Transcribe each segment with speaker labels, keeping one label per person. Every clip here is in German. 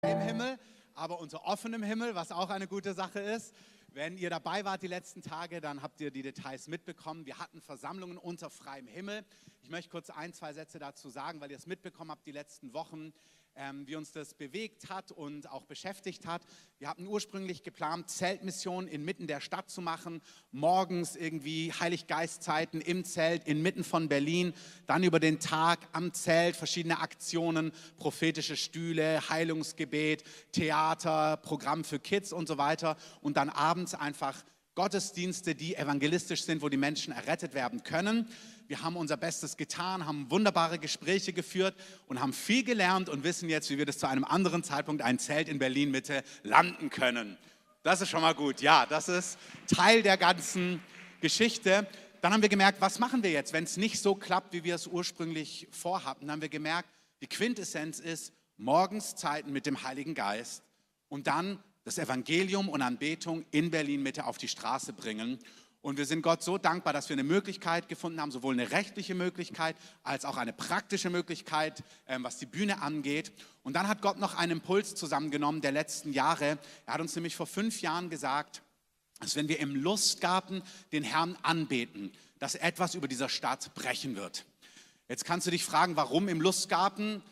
Speaker 1: im Himmel, aber unter offenem Himmel, was auch eine gute Sache ist. Wenn ihr dabei wart die letzten Tage, dann habt ihr die Details mitbekommen. Wir hatten Versammlungen unter freiem Himmel. Ich möchte kurz ein, zwei Sätze dazu sagen, weil ihr es mitbekommen habt die letzten Wochen, wie uns das bewegt hat und auch beschäftigt hat. Wir hatten ursprünglich geplant, Zeltmissionen inmitten der Stadt zu machen, morgens irgendwie Heiliggeistzeiten im Zelt inmitten von Berlin, dann über den Tag am Zelt verschiedene Aktionen, prophetische Stühle, Heilungsgebet, Theater, Programm für Kids und so weiter und dann abends einfach Gottesdienste, die evangelistisch sind, wo die Menschen errettet werden können. Wir haben unser Bestes getan, haben wunderbare Gespräche geführt und haben viel gelernt und wissen jetzt, wie wir das zu einem anderen Zeitpunkt ein Zelt in Berlin-Mitte landen können. Das ist schon mal gut. Ja, das ist Teil der ganzen Geschichte. Dann haben wir gemerkt, was machen wir jetzt, wenn es nicht so klappt, wie wir es ursprünglich vorhatten. Dann haben wir gemerkt, die Quintessenz ist morgens Zeiten mit dem Heiligen Geist und dann das Evangelium und Anbetung in Berlin-Mitte auf die Straße bringen. Und wir sind Gott so dankbar, dass wir eine Möglichkeit gefunden haben, sowohl eine rechtliche Möglichkeit als auch eine praktische Möglichkeit, was die Bühne angeht. Und dann hat Gott noch einen Impuls zusammengenommen der letzten Jahre. Er hat uns nämlich vor 5 Jahren gesagt, dass wenn wir im Lustgarten den Herrn anbeten, dass etwas über dieser Stadt brechen wird. Jetzt kannst du dich fragen, warum im Lustgarten?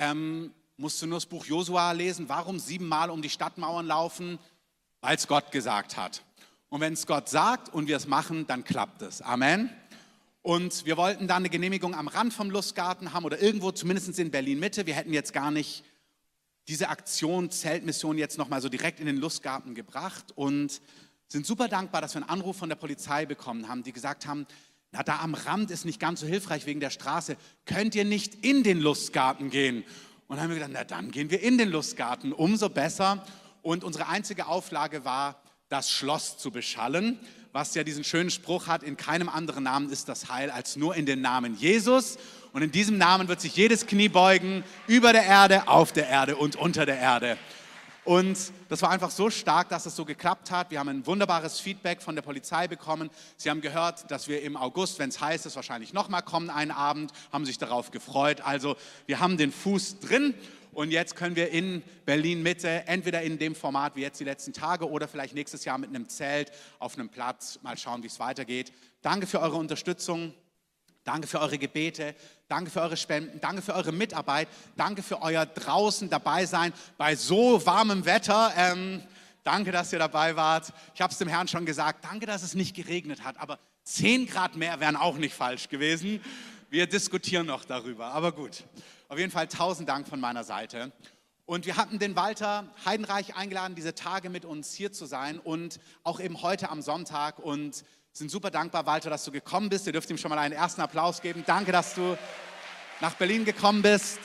Speaker 1: Musst du nur das Buch Josua lesen, warum 7-mal um die Stadtmauern laufen? Weil es Gott gesagt hat. Und wenn es Gott sagt und wir es machen, dann klappt es. Amen. Und wir wollten dann eine Genehmigung am Rand vom Lustgarten haben oder irgendwo, zumindest in Berlin-Mitte. Wir hätten jetzt gar nicht diese Aktion, Zeltmission jetzt nochmal so direkt in den Lustgarten gebracht und sind super dankbar, dass wir einen Anruf von der Polizei bekommen haben, die gesagt haben, na, da am Rand ist nicht ganz so hilfreich wegen der Straße. Könnt ihr nicht in den Lustgarten gehen? Und dann haben wir gedacht, na dann gehen wir in den Lustgarten, umso besser. Und unsere einzige Auflage war, das Schloss zu beschallen, was ja diesen schönen Spruch hat, in keinem anderen Namen ist das Heil als nur in den Namen Jesus. Und in diesem Namen wird sich jedes Knie beugen, über der Erde, auf der Erde und unter der Erde. Und das war einfach so stark, dass es so geklappt hat. Wir haben ein wunderbares Feedback von der Polizei bekommen. Sie haben gehört, dass wir im August, wenn es heiß ist, wahrscheinlich nochmal kommen einen Abend, haben sich darauf gefreut. Also wir haben den Fuß drin und jetzt können wir in Berlin-Mitte, entweder in dem Format wie jetzt die letzten Tage oder vielleicht nächstes Jahr mit einem Zelt auf einem Platz, mal schauen, wie es weitergeht. Danke für eure Unterstützung. Danke für eure Gebete, danke für eure Spenden, danke für eure Mitarbeit, danke für euer draußen dabei sein bei so warmem Wetter. Danke, dass ihr dabei wart. Ich habe es dem Herrn schon gesagt, danke, dass es nicht geregnet hat, aber 10 Grad mehr wären auch nicht falsch gewesen. Wir diskutieren noch darüber, aber gut. Auf jeden Fall 1000 Dank von meiner Seite. Und wir hatten den Walter Heidenreich eingeladen, diese Tage mit uns hier zu sein und auch eben heute am Sonntag und sind super dankbar, Walter, dass du gekommen bist. Ihr dürft ihm schon mal einen ersten Applaus geben. Danke, dass du nach Berlin gekommen bist.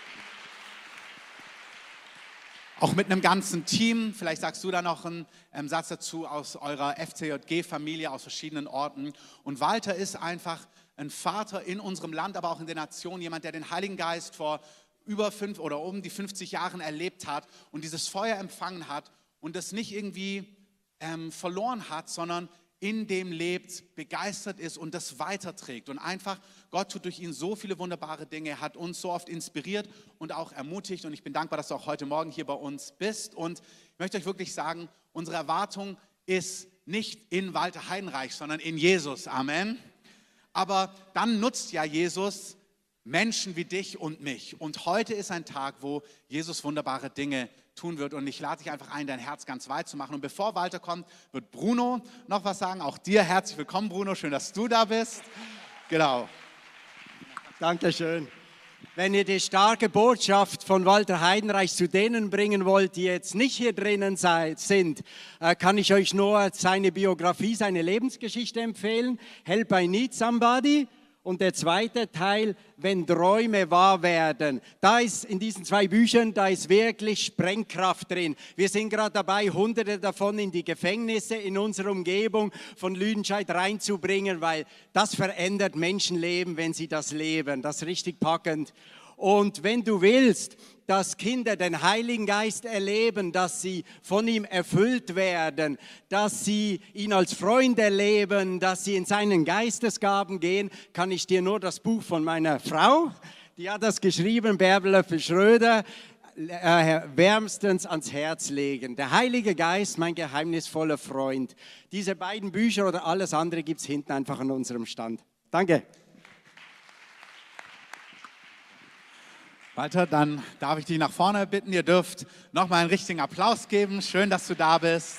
Speaker 1: Auch mit einem ganzen Team. Vielleicht sagst du da noch einen Satz dazu aus eurer FCJG-Familie aus verschiedenen Orten. Und Walter ist einfach ein Vater in unserem Land, aber auch in der Nation. Jemand, der den Heiligen Geist vor über 5 oder um die 50 Jahren erlebt hat und dieses Feuer empfangen hat und das nicht irgendwie verloren hat, sondern in dem lebt, begeistert ist und das weiterträgt. Und einfach, Gott tut durch ihn so viele wunderbare Dinge, hat uns so oft inspiriert und auch ermutigt. Und ich bin dankbar, dass du auch heute Morgen hier bei uns bist. Und ich möchte euch wirklich sagen, unsere Erwartung ist nicht in Walter Heidenreich, sondern in Jesus. Amen. Aber dann nutzt ja Jesus Menschen wie dich und mich. Und heute ist ein Tag, wo Jesus wunderbare Dinge tun wird. Und ich lade dich einfach ein, dein Herz ganz weit zu machen. Und bevor Walter kommt, wird Bruno noch was sagen. Auch dir herzlich willkommen, Bruno. Schön, dass du da bist. Genau.
Speaker 2: Dankeschön. Wenn ihr die starke Botschaft von Walter Heidenreich zu denen bringen wollt, die jetzt nicht hier drinnen sind, kann ich euch nur seine Biografie, seine Lebensgeschichte empfehlen. Help I Need Somebody. Und der zweite Teil, wenn Träume wahr werden. Da ist in diesen 2 Büchern, da ist wirklich Sprengkraft drin. Wir sind gerade dabei, Hunderte davon in die Gefängnisse in unserer Umgebung von Lüdenscheid reinzubringen, weil das verändert Menschenleben, wenn sie das leben. Das ist richtig packend. Und wenn du willst, dass Kinder den Heiligen Geist erleben, dass sie von ihm erfüllt werden, dass sie ihn als Freund erleben, dass sie in seinen Geistesgaben gehen, kann ich dir nur das Buch von meiner Frau, die hat das geschrieben, Bärbel Löffel-Schröder, wärmstens ans Herz legen. Der Heilige Geist, mein geheimnisvoller Freund. Diese beiden Bücher oder alles andere gibt es hinten einfach an unserem Stand. Danke.
Speaker 1: Walter, dann darf ich dich nach vorne bitten. Ihr dürft nochmal einen richtigen Applaus geben. Schön, dass du da bist.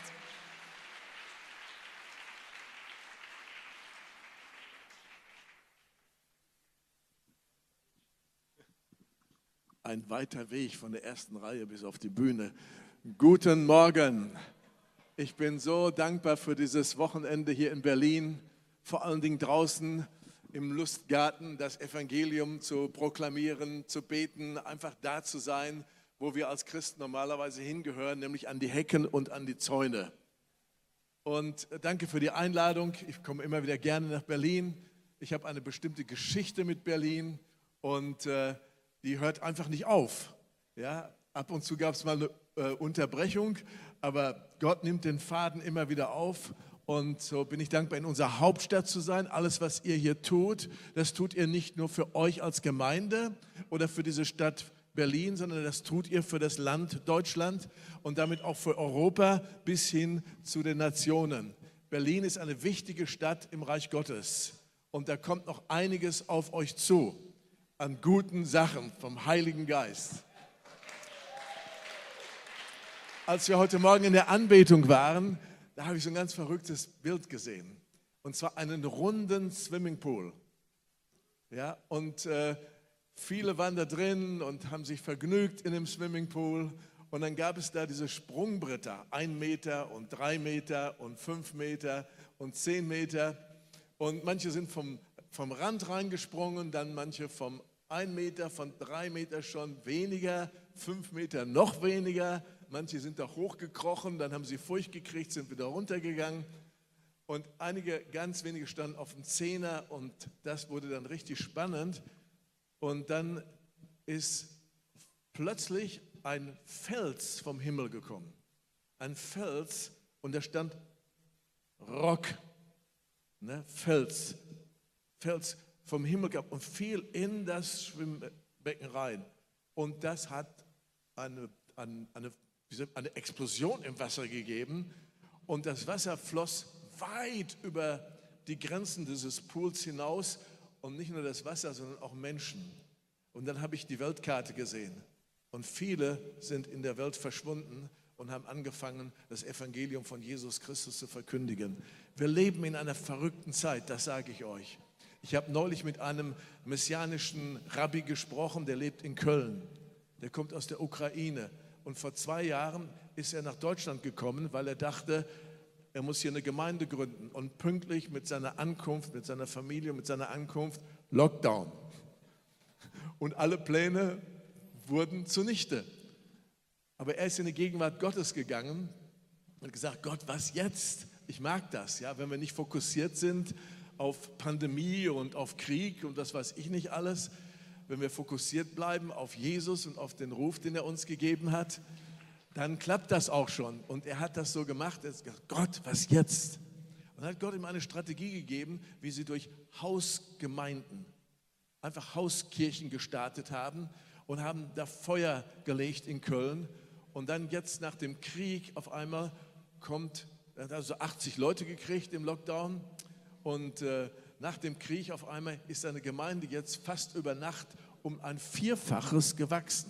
Speaker 3: Ein weiter Weg von der ersten Reihe bis auf die Bühne. Guten Morgen. Ich bin so dankbar für dieses Wochenende hier in Berlin, vor allen Dingen draußen im Lustgarten das Evangelium zu proklamieren, zu beten, einfach da zu sein, wo wir als Christen normalerweise hingehören, nämlich an die Hecken und an die Zäune. Und danke für die Einladung. Ich komme immer wieder gerne nach Berlin. Ich habe eine bestimmte Geschichte mit Berlin und die hört einfach nicht auf. Ja, ab und zu gab es mal eine Unterbrechung, aber Gott nimmt den Faden immer wieder auf. Und so bin ich dankbar, in unserer Hauptstadt zu sein. Alles, was ihr hier tut, das tut ihr nicht nur für euch als Gemeinde oder für diese Stadt Berlin, sondern das tut ihr für das Land Deutschland und damit auch für Europa bis hin zu den Nationen. Berlin ist eine wichtige Stadt im Reich Gottes und da kommt noch einiges auf euch zu an guten Sachen vom Heiligen Geist. Als wir heute Morgen in der Anbetung waren, da habe ich so ein ganz verrücktes Bild gesehen. Und zwar einen runden Swimmingpool. Ja, und viele waren da drin und haben sich vergnügt in dem Swimmingpool. Und dann gab es da diese Sprungbretter, 1 Meter und 3 Meter und 5 Meter und 10 Meter. Und manche sind vom Rand reingesprungen, dann manche vom 1 Meter, von 3 Meter schon weniger, 5 Meter noch weniger. Manche sind da hochgekrochen, dann haben sie Furcht gekriegt, sind wieder runtergegangen. Und einige, ganz wenige standen auf dem Zehner und das wurde dann richtig spannend. Und dann ist plötzlich ein Fels vom Himmel gekommen. Ein Fels und da stand Rock, ne? Fels vom Himmel gehabt und fiel in das Schwimmbecken rein. Und das hat eine Explosion im Wasser gegeben und das Wasser floss weit über die Grenzen dieses Pools hinaus und nicht nur das Wasser, sondern auch Menschen. Und dann habe ich die Weltkarte gesehen und viele sind in der Welt verschwunden und haben angefangen, das Evangelium von Jesus Christus zu verkündigen. Wir leben in einer verrückten Zeit, das sage ich euch. Ich habe neulich mit einem messianischen Rabbi gesprochen, der lebt in Köln. Der kommt aus der Ukraine. Und vor 2 Jahren ist er nach Deutschland gekommen, weil er dachte, er muss hier eine Gemeinde gründen. Und pünktlich mit seiner Ankunft, mit seiner Familie, mit seiner Ankunft, Lockdown. Und alle Pläne wurden zunichte. Aber er ist in die Gegenwart Gottes gegangen und gesagt, Gott, was jetzt? Ich mag das, ja, wenn wir nicht fokussiert sind auf Pandemie und auf Krieg und das weiß ich nicht alles. Wenn wir fokussiert bleiben auf Jesus und auf den Ruf, den er uns gegeben hat, dann klappt das auch schon. Und er hat das so gemacht, er hat gesagt, Gott, was jetzt? Und dann hat Gott ihm eine Strategie gegeben, wie sie durch Hausgemeinden, einfach Hauskirchen gestartet haben und haben da Feuer gelegt in Köln. Und dann jetzt nach dem Krieg auf einmal er hat also 80 Leute gekriegt im Lockdown und nach dem Krieg auf einmal ist seine Gemeinde jetzt fast über Nacht um ein 4-faches gewachsen.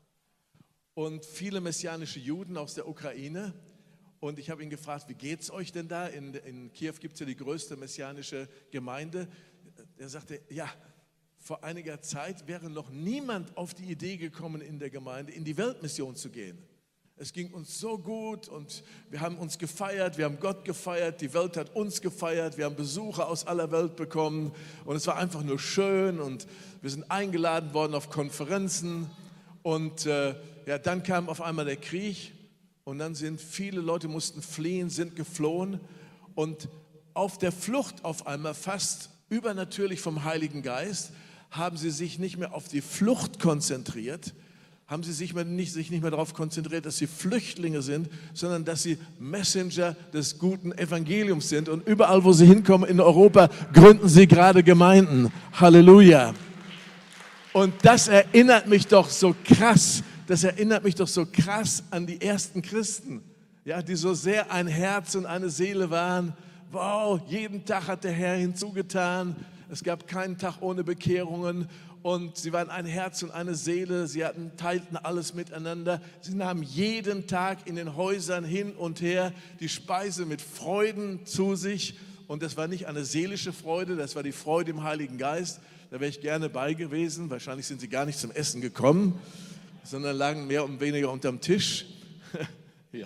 Speaker 3: Und viele messianische Juden aus der Ukraine. Und ich habe ihn gefragt, wie geht es euch denn da? In Kiew gibt es ja die größte messianische Gemeinde. Er sagte, ja, vor einiger Zeit wäre noch niemand auf die Idee gekommen in der Gemeinde, in die Weltmission zu gehen. Es ging uns so gut und wir haben uns gefeiert, wir haben Gott gefeiert, die Welt hat uns gefeiert, wir haben Besucher aus aller Welt bekommen und es war einfach nur schön und wir sind eingeladen worden auf Konferenzen und dann kam auf einmal der Krieg und dann sind viele Leute mussten fliehen, sind geflohen und auf der Flucht auf einmal fast übernatürlich vom Heiligen Geist haben sie sich nicht mehr auf die Flucht konzentriert, haben sie sich nicht mehr darauf konzentriert, dass sie Flüchtlinge sind, sondern dass sie Messenger des guten Evangeliums sind. Und überall, wo sie hinkommen in Europa, gründen sie gerade Gemeinden. Halleluja. Und das erinnert mich doch so krass, das erinnert mich doch so krass an die ersten Christen, ja, die so sehr ein Herz und eine Seele waren. Wow, jeden Tag hat der Herr hinzugetan. Es gab keinen Tag ohne Bekehrungen und sie waren ein Herz und eine Seele. Sie teilten alles miteinander. Sie nahmen jeden Tag in den Häusern hin und her die Speise mit Freuden zu sich. Und das war nicht eine seelische Freude, das war die Freude im Heiligen Geist. Da wäre ich gerne bei gewesen. Wahrscheinlich sind sie gar nicht zum Essen gekommen, sondern lagen mehr und weniger unterm Tisch. Ja,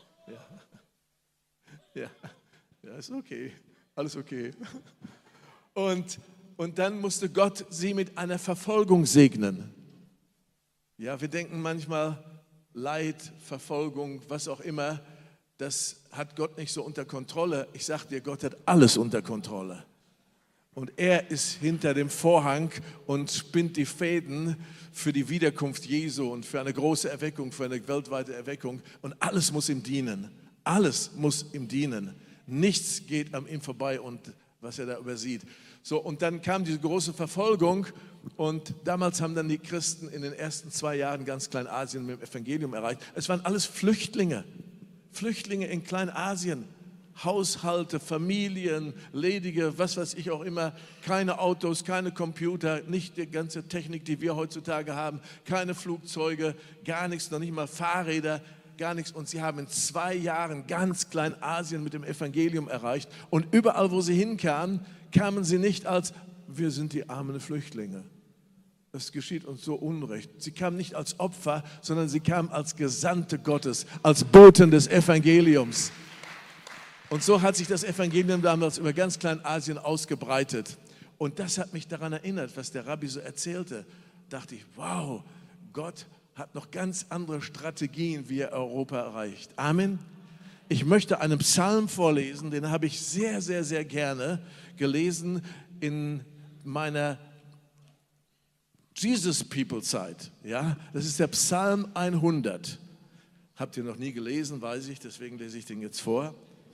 Speaker 3: ja, ja, ja, ist okay, alles okay. Und dann musste Gott sie mit einer Verfolgung segnen. Ja, wir denken manchmal, Leid, Verfolgung, was auch immer, das hat Gott nicht so unter Kontrolle. Ich sage dir, Gott hat alles unter Kontrolle. Und er ist hinter dem Vorhang und spinnt die Fäden für die Wiederkunft Jesu und für eine große Erweckung, für eine weltweite Erweckung. Und alles muss ihm dienen. Alles muss ihm dienen. Nichts geht an ihm vorbei und was er da übersieht. So, und dann kam diese große Verfolgung und damals haben dann die Christen in den ersten 2 Jahren ganz Kleinasien mit dem Evangelium erreicht. Es waren alles Flüchtlinge. Flüchtlinge in Kleinasien. Haushalte, Familien, ledige, was weiß ich auch immer, keine Autos, keine Computer, nicht die ganze Technik, die wir heutzutage haben, keine Flugzeuge, gar nichts, noch nicht mal Fahrräder, gar nichts. Und sie haben in 2 Jahren ganz Kleinasien mit dem Evangelium erreicht. Und überall, wo sie hinkamen, kamen sie nicht als, wir sind die armen Flüchtlinge. Es geschieht uns so Unrecht. Sie kamen nicht als Opfer, sondern sie kamen als Gesandte Gottes, als Boten des Evangeliums. Und so hat sich das Evangelium damals über ganz Kleinasien ausgebreitet. Und das hat mich daran erinnert, was der Rabbi so erzählte. Da dachte ich, wow, Gott hat noch ganz andere Strategien, wie er Europa erreicht. Amen. Ich möchte einen Psalm vorlesen, den habe ich sehr, sehr, sehr gerne gelesen in meiner Jesus People Zeit. Ja, das ist der Psalm 100. Habt ihr noch nie gelesen, weiß ich, deswegen lese ich den jetzt vor.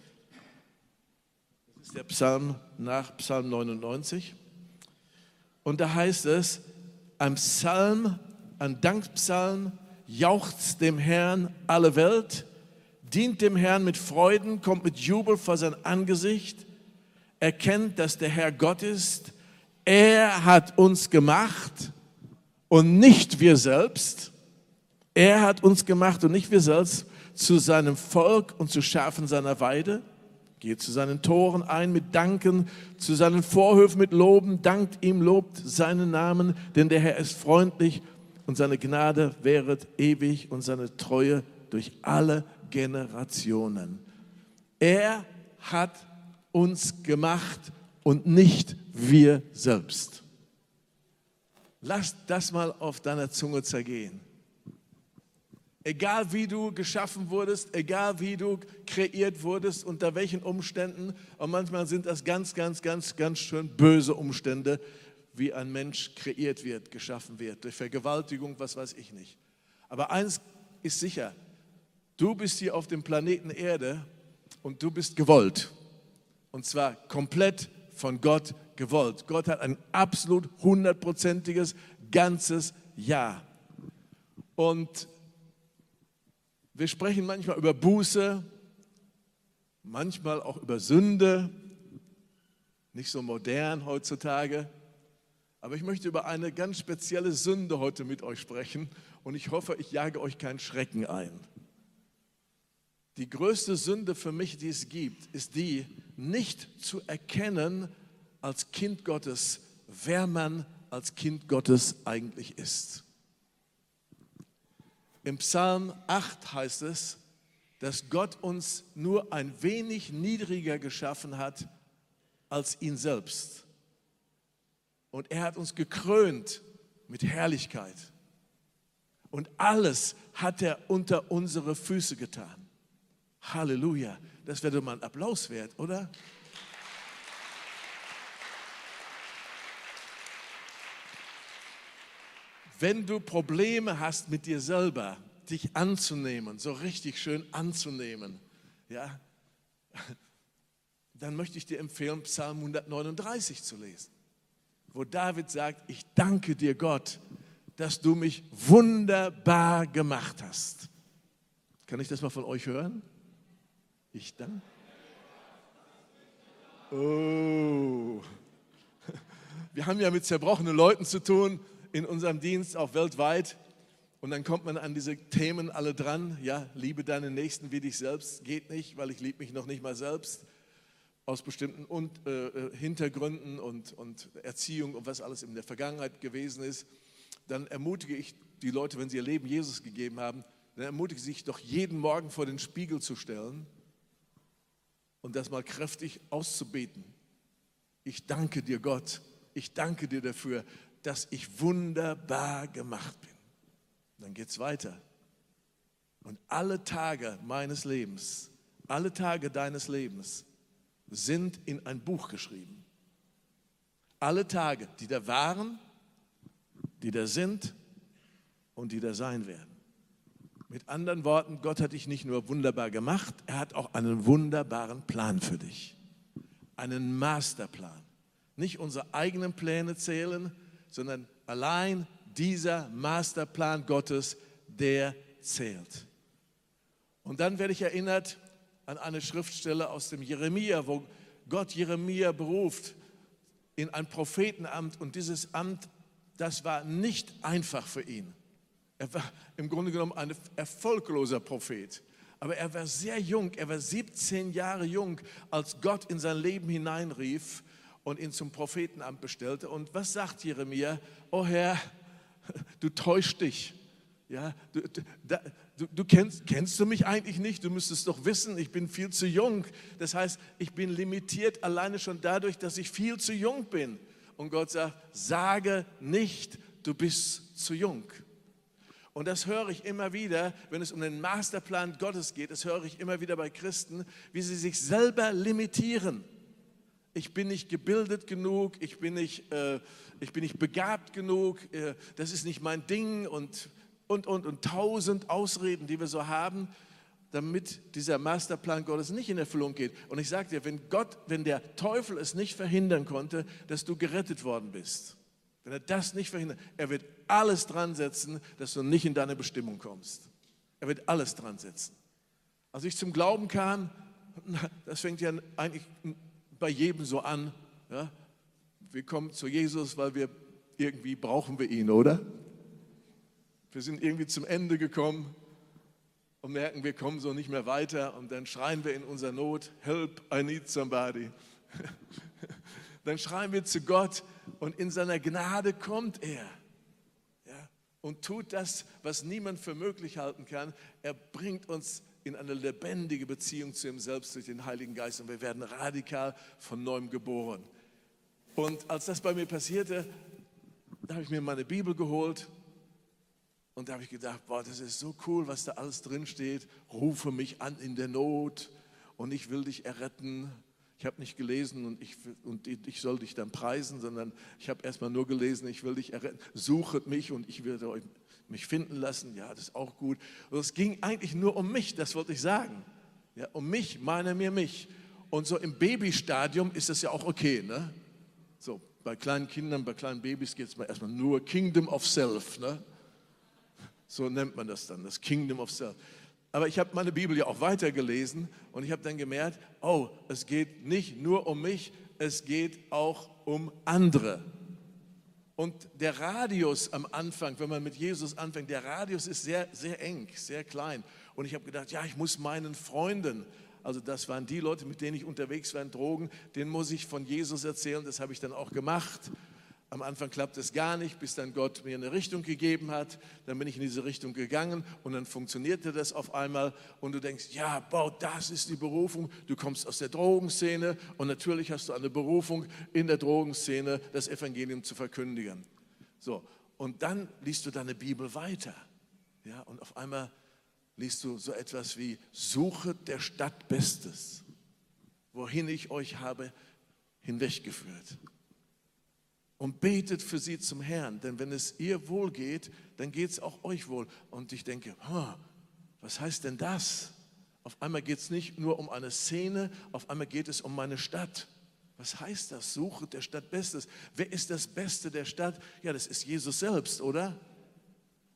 Speaker 3: Das ist der Psalm nach Psalm 99. Und da heißt es, ein Psalm, ein Dankpsalm, jauchzt dem Herrn alle Welt, dient dem Herrn mit Freuden, kommt mit Jubel vor sein Angesicht, erkennt, dass der Herr Gott ist. Er hat uns gemacht und nicht wir selbst. Er hat uns gemacht und nicht wir selbst zu seinem Volk und zu Schafen seiner Weide. Geht zu seinen Toren ein mit Danken, zu seinen Vorhöfen mit Loben, dankt ihm, lobt seinen Namen, denn der Herr ist freundlich und seine Gnade währet ewig und seine Treue durch alle Generationen. Er hat uns gemacht und nicht wir selbst. Lass das mal auf deiner Zunge zergehen. Egal wie du geschaffen wurdest, egal wie du kreiert wurdest, unter welchen Umständen, und manchmal sind das ganz schön böse Umstände, wie ein Mensch kreiert wird, geschaffen wird, durch Vergewaltigung, was weiß ich nicht. Aber eins ist sicher, du bist hier auf dem Planeten Erde und du bist gewollt. Und zwar komplett von Gott gewollt. Gott hat ein absolut 100%iges, ganzes Ja. Und wir sprechen manchmal über Buße, manchmal auch über Sünde, nicht so modern heutzutage. Aber ich möchte über eine ganz spezielle Sünde heute mit euch sprechen und ich hoffe, ich jage euch keinen Schrecken ein. Die größte Sünde für mich, die es gibt, ist die, nicht zu erkennen als Kind Gottes, wer man als Kind Gottes eigentlich ist. Im Psalm 8 heißt es, dass Gott uns nur ein wenig niedriger geschaffen hat als ihn selbst. Und er hat uns gekrönt mit Herrlichkeit. Und alles hat er unter unsere Füße getan. Halleluja. Das wäre doch mal ein Applaus wert, oder? Wenn du Probleme hast mit dir selber, dich anzunehmen, so richtig schön anzunehmen, ja, dann möchte ich dir empfehlen, Psalm 139 zu lesen, wo David sagt, ich danke dir Gott, dass du mich wunderbar gemacht hast. Kann ich das mal von euch hören? Ich dann? Oh. Wir haben ja mit zerbrochenen Leuten zu tun in unserem Dienst, auch weltweit. Und dann kommt man an diese Themen alle dran. Ja, liebe deinen Nächsten wie dich selbst. Geht nicht, weil ich liebe mich noch nicht mal selbst. Aus bestimmten Hintergründen und Erziehung und was alles in der Vergangenheit gewesen ist. Dann ermutige ich die Leute, wenn sie ihr Leben Jesus gegeben haben, dann ermutige ich sich doch jeden Morgen vor den Spiegel zu stellen und das mal kräftig auszubeten. Ich danke dir, Gott. Ich danke dir dafür, dass ich wunderbar gemacht bin. Dann geht es weiter. Und alle Tage meines Lebens, alle Tage deines Lebens sind in ein Buch geschrieben. Alle Tage, die da waren, die da sind und die da sein werden. Mit anderen Worten, Gott hat dich nicht nur wunderbar gemacht, er hat auch einen wunderbaren Plan für dich. Einen Masterplan. Nicht unsere eigenen Pläne zählen, sondern allein dieser Masterplan Gottes, der zählt. Und dann werde ich erinnert an eine Schriftstelle aus dem Jeremia, wo Gott Jeremia beruft in ein Prophetenamt. Und dieses Amt, das war nicht einfach für ihn. Er war im Grunde genommen ein erfolgloser Prophet. Aber er war sehr jung, er war 17 Jahre jung, als Gott in sein Leben hineinrief und ihn zum Prophetenamt bestellte. Und was sagt Jeremia? Oh Herr, du täuschst dich. Ja, du kennst du mich eigentlich nicht? Du müsstest doch wissen, ich bin viel zu jung. Das heißt, ich bin limitiert alleine schon dadurch, dass ich viel zu jung bin. Und Gott sagt, sage nicht, du bist zu jung. Und das höre ich immer wieder, wenn es um den Masterplan Gottes geht, das höre ich immer wieder bei Christen, wie sie sich selber limitieren. Ich bin nicht gebildet genug, ich bin nicht begabt genug, das ist nicht mein Ding und tausend Ausreden, die wir so haben, damit dieser Masterplan Gottes nicht in Erfüllung geht. Und ich sage dir, wenn der Teufel es nicht verhindern konnte, dass du gerettet worden bist, wenn er das nicht verhindert, er wird alles dran setzen, dass du nicht in deine Bestimmung kommst. Er wird alles dran setzen. Als ich zum Glauben kam, das fängt ja eigentlich bei jedem so an, ja? Wir kommen zu Jesus, weil irgendwie brauchen wir ihn, oder? Wir sind irgendwie zum Ende gekommen und merken, wir kommen so nicht mehr weiter und dann schreien wir in unserer Not, help, I need somebody. Dann schreien wir zu Gott und in seiner Gnade kommt er, ja, und tut das, was niemand für möglich halten kann. Er bringt uns in eine lebendige Beziehung zu ihm selbst durch den Heiligen Geist und wir werden radikal von neuem geboren. Und als das bei mir passierte, da habe ich mir meine Bibel geholt und da habe ich gedacht, boah, das ist so cool, was da alles drin steht. Rufe mich an in der Not und ich will dich erretten. Ich habe nicht gelesen und ich soll dich dann preisen, sondern ich habe erstmal nur gelesen, ich will dich erretten. Suchet mich und ich werde euch mich finden lassen. Ja, das ist auch gut. Und es ging eigentlich nur um mich, das wollte ich sagen. Ja, um mich, meine mir mich. Und so im Babystadium ist das ja auch okay, ne? So, bei kleinen Kindern, bei kleinen Babys geht es mal erstmal nur Kingdom of Self, ne? So nennt man das dann, das Kingdom of Self. Aber ich habe meine Bibel ja auch weitergelesen und ich habe dann gemerkt, oh, es geht nicht nur um mich, es geht auch um andere. Und der Radius am Anfang, wenn man mit Jesus anfängt, der Radius ist sehr, sehr eng, sehr klein. Und ich habe gedacht, ja, ich muss meinen Freunden, also das waren die Leute, mit denen ich unterwegs war in Drogen, denen muss ich von Jesus erzählen, das habe ich dann auch gemacht. Am Anfang klappt es gar nicht, bis dann Gott mir eine Richtung gegeben hat. Dann bin ich in diese Richtung gegangen und dann funktionierte das auf einmal. Und du denkst, ja, boah, das ist die Berufung. Du kommst aus der Drogenszene und natürlich hast du eine Berufung in der Drogenszene, das Evangelium zu verkündigen. So, und dann liest du deine Bibel weiter. Ja, und auf einmal liest du so etwas wie, suchet der Stadt Bestes, wohin ich euch habe hinweggeführt. Und betet für sie zum Herrn, denn wenn es ihr wohl geht, dann geht es auch euch wohl. Und ich denke, was heißt denn das? Auf einmal geht es nicht nur um eine Szene, auf einmal geht es um meine Stadt. Was heißt das? Suche der Stadt Bestes. Wer ist das Beste der Stadt? Ja, das ist Jesus selbst, oder?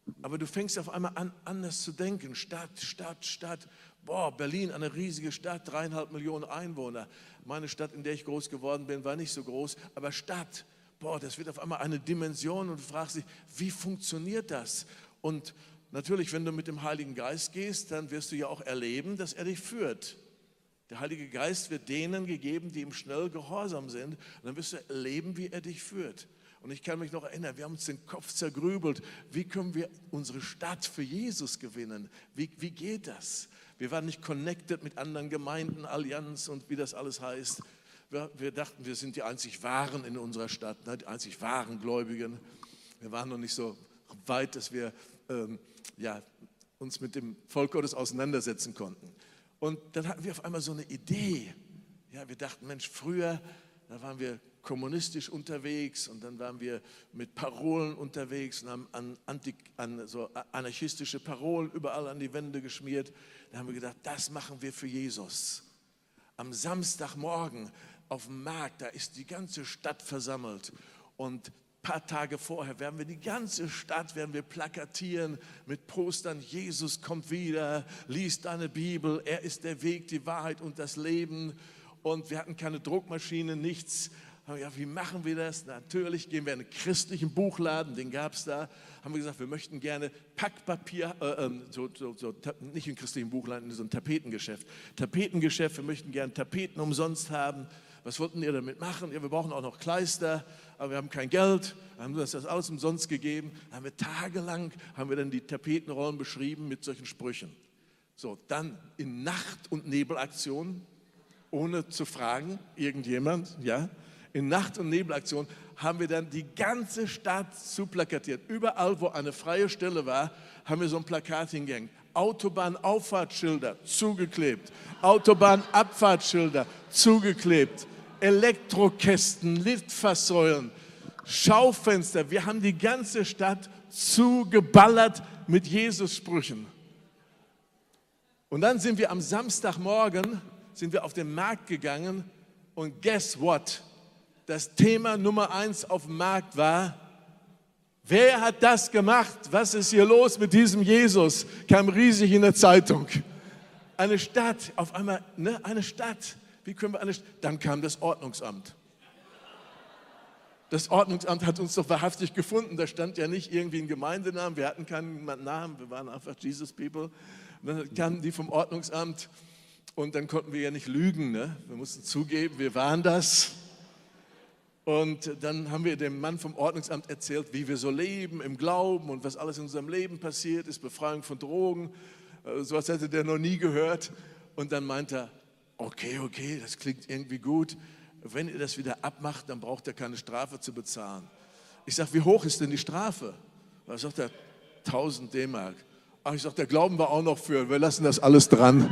Speaker 3: Aber du fängst auf einmal an, anders zu denken. Stadt. Boah, Berlin, eine riesige Stadt, 3,5 Millionen Einwohner. Meine Stadt, in der ich groß geworden bin, war nicht so groß, aber Stadt, boah, das wird auf einmal eine Dimension und du fragst dich, wie funktioniert das? Und natürlich, wenn du mit dem Heiligen Geist gehst, dann wirst du ja auch erleben, dass er dich führt. Der Heilige Geist wird denen gegeben, die ihm schnell gehorsam sind. Und dann wirst du erleben, wie er dich führt. Und ich kann mich noch erinnern, wir haben uns den Kopf zergrübelt. Wie können wir unsere Stadt für Jesus gewinnen? Wie geht das? Wir waren nicht connected mit anderen Gemeinden, Allianz und wie das alles heißt. Wir dachten, wir sind die einzig Wahren in unserer Stadt, die einzig wahren Gläubigen. Wir waren noch nicht so weit, dass wir uns mit dem Volk Gottes auseinandersetzen konnten. Und dann hatten wir auf einmal so eine Idee. Ja, wir dachten, Mensch, früher, da waren wir kommunistisch unterwegs und dann waren wir mit Parolen unterwegs und haben so anarchistische Parolen überall an die Wände geschmiert. Da haben wir gedacht, das machen wir für Jesus. Am Samstagmorgen auf dem Markt, da ist die ganze Stadt versammelt und ein paar Tage vorher werden wir die ganze Stadt plakatieren mit Postern, Jesus kommt wieder, lies deine Bibel, er ist der Weg, die Wahrheit und das Leben. Und wir hatten keine Druckmaschine, nichts. Ja, wie machen wir das? Natürlich gehen wir in einen christlichen Buchladen, den gab es da. Haben wir gesagt, wir möchten gerne Packpapier, nicht in christlichen Buchladen, in so ein Tapetengeschäft. Wir möchten gerne Tapeten umsonst haben. Was wollten ihr damit machen? Ja, wir brauchen auch noch Kleister, aber wir haben kein Geld. Haben wir das alles umsonst gegeben. Haben wir tagelang, dann die Tapetenrollen beschrieben mit solchen Sprüchen. So, dann in Nacht- und Nebelaktionen, ohne zu fragen, irgendjemand, ja. In Nacht- und Nebelaktion haben wir dann die ganze Stadt zuplakatiert. Überall, wo eine freie Stelle war, haben wir so ein Plakat hingehängt. Autobahnauffahrtsschilder zugeklebt, Autobahnabfahrtsschilder zugeklebt, Elektrokästen, Litfaßsäulen, Schaufenster. Wir haben die ganze Stadt zugeballert mit Jesus-Sprüchen. Und dann sind wir am Samstagmorgen auf den Markt gegangen und guess what? Das Thema Nummer 1 auf dem Markt war, wer hat das gemacht? Was ist hier los mit diesem Jesus? Kam riesig in der Zeitung. Eine Stadt, auf einmal, eine Stadt. Wie können wir Dann kam das Ordnungsamt. Das Ordnungsamt hat uns doch wahrhaftig gefunden. Da stand ja nicht irgendwie ein Gemeindenamen, wir hatten keinen Namen, wir waren einfach Jesus People. Und dann kamen die vom Ordnungsamt und dann konnten wir ja nicht lügen. Ne? Wir mussten zugeben, wir waren das. Und dann haben wir dem Mann vom Ordnungsamt erzählt, wie wir so leben im Glauben und was alles in unserem Leben passiert ist, Befreiung von Drogen. Sowas hätte der noch nie gehört. Und dann meint er, okay, das klingt irgendwie gut. Wenn ihr das wieder abmacht, dann braucht ihr keine Strafe zu bezahlen. Ich sage, wie hoch ist denn die Strafe? Da sagt er, 1000 D-Mark. Ach, ich sage, der Glauben war auch noch für, wir lassen das alles dran.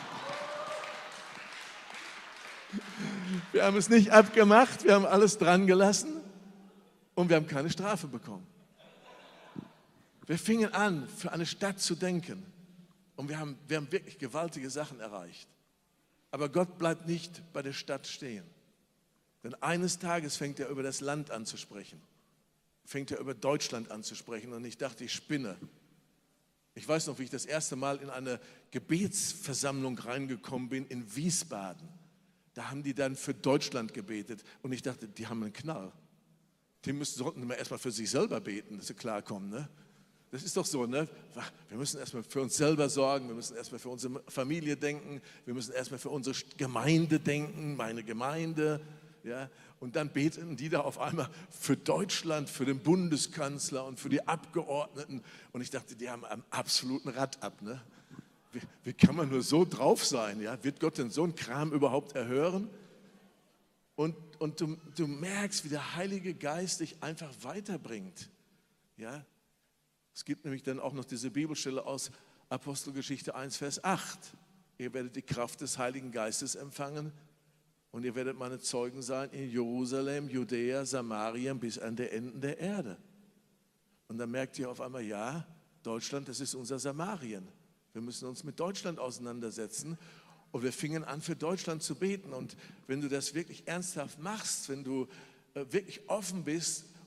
Speaker 3: Wir haben es nicht abgemacht, wir haben alles dran gelassen und wir haben keine Strafe bekommen. Wir fingen an, für eine Stadt zu denken und wir haben wirklich gewaltige Sachen erreicht. Aber Gott bleibt nicht bei der Stadt stehen. Denn eines Tages fängt er über das Land an zu sprechen. Fängt er über Deutschland an zu sprechen und ich dachte, ich spinne. Ich weiß noch, wie ich das erste Mal in eine Gebetsversammlung reingekommen bin in Wiesbaden. Da haben die dann für Deutschland gebetet und ich dachte, die haben einen Knall. Die sollten immer erstmal für sich selber beten, dass sie klarkommen. Ne? Das ist doch so, ne? Wir müssen erstmal für uns selber sorgen, wir müssen erstmal für unsere Familie denken, wir müssen erstmal für unsere Gemeinde denken, meine Gemeinde. Ja? Und dann beten die da auf einmal für Deutschland, für den Bundeskanzler und für die Abgeordneten. Und ich dachte, die haben einen absoluten Rad ab. Ne? Wie kann man nur so drauf sein? Ja? Wird Gott denn so einen Kram überhaupt erhören? Und du merkst, wie der Heilige Geist dich einfach weiterbringt. Ja? Es gibt nämlich dann auch noch diese Bibelstelle aus Apostelgeschichte 1, Vers 8. Ihr werdet die Kraft des Heiligen Geistes empfangen und ihr werdet meine Zeugen sein in Jerusalem, Judäa, Samarien bis an die Enden der Erde. Und dann merkt ihr auf einmal, ja, Deutschland, das ist unser Samarien. Wir müssen uns mit Deutschland auseinandersetzen und wir fingen an, für Deutschland zu beten. Und wenn du das wirklich ernsthaft machst, wenn du wirklich offen bist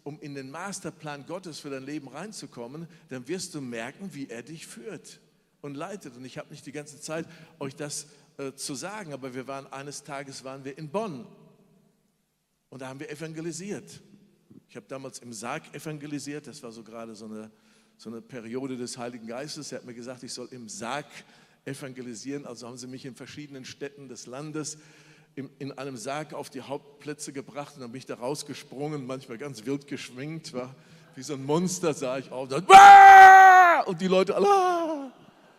Speaker 3: um in den Masterplan Gottes für dein Leben reinzukommen, dann wirst du merken, wie er dich führt und leitet. Und ich habe nicht die ganze Zeit, euch das zu sagen, aber eines Tages waren wir in Bonn und da haben wir evangelisiert. Ich habe damals im Sarg evangelisiert, das war so gerade so eine Periode des Heiligen Geistes. Er hat mir gesagt, ich soll im Sarg evangelisieren, also haben sie mich in verschiedenen Städten des Landes in einem Sarg auf die Hauptplätze gebracht und dann bin ich da rausgesprungen, manchmal ganz wild geschwingt, war wie so ein Monster sah ich auf und die Leute alle.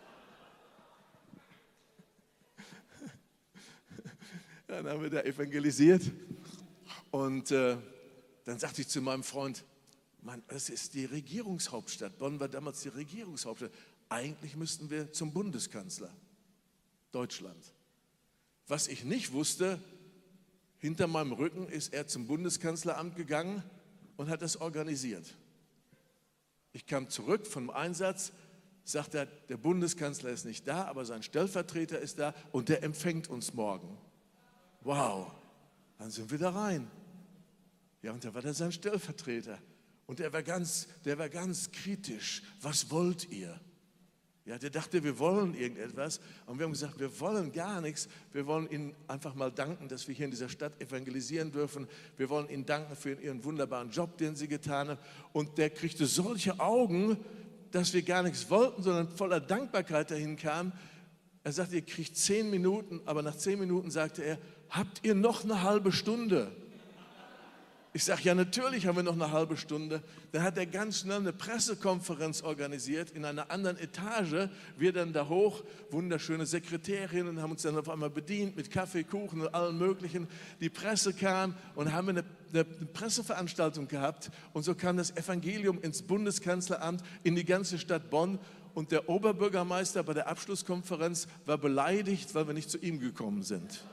Speaker 3: Dann haben wir da evangelisiert und dann sagte ich zu meinem Freund, Mann, das ist die Regierungshauptstadt. Bonn war damals die Regierungshauptstadt. Eigentlich müssten wir zum Bundeskanzler Deutschland. Was ich nicht wusste, hinter meinem Rücken ist er zum Bundeskanzleramt gegangen und hat das organisiert. Ich kam zurück vom Einsatz, sagt er, der Bundeskanzler ist nicht da, aber sein Stellvertreter ist da und der empfängt uns morgen. Wow, dann sind wir da rein. Ja, und da war da sein Stellvertreter. Und der war ganz kritisch. Was wollt ihr? Ja, der dachte, wir wollen irgendetwas. Und wir haben gesagt, wir wollen gar nichts. Wir wollen Ihnen einfach mal danken, dass wir hier in dieser Stadt evangelisieren dürfen. Wir wollen Ihnen danken für Ihren wunderbaren Job, den Sie getan haben. Und der kriegte solche Augen, dass wir gar nichts wollten, sondern voller Dankbarkeit dahin kamen. Er sagte, ihr kriegt 10 Minuten, aber nach 10 Minuten sagte er, habt ihr noch eine halbe Stunde? Ich sage, ja, natürlich haben wir noch eine halbe Stunde. Dann hat er ganz schnell eine Pressekonferenz organisiert in einer anderen Etage. Wir dann da hoch, wunderschöne Sekretärinnen, haben uns dann auf einmal bedient mit Kaffee, Kuchen und allem Möglichen. Die Presse kam und haben eine Presseveranstaltung gehabt. Und so kam das Evangelium ins Bundeskanzleramt, in die ganze Stadt Bonn. Und der Oberbürgermeister bei der Abschlusskonferenz war beleidigt, weil wir nicht zu ihm gekommen sind.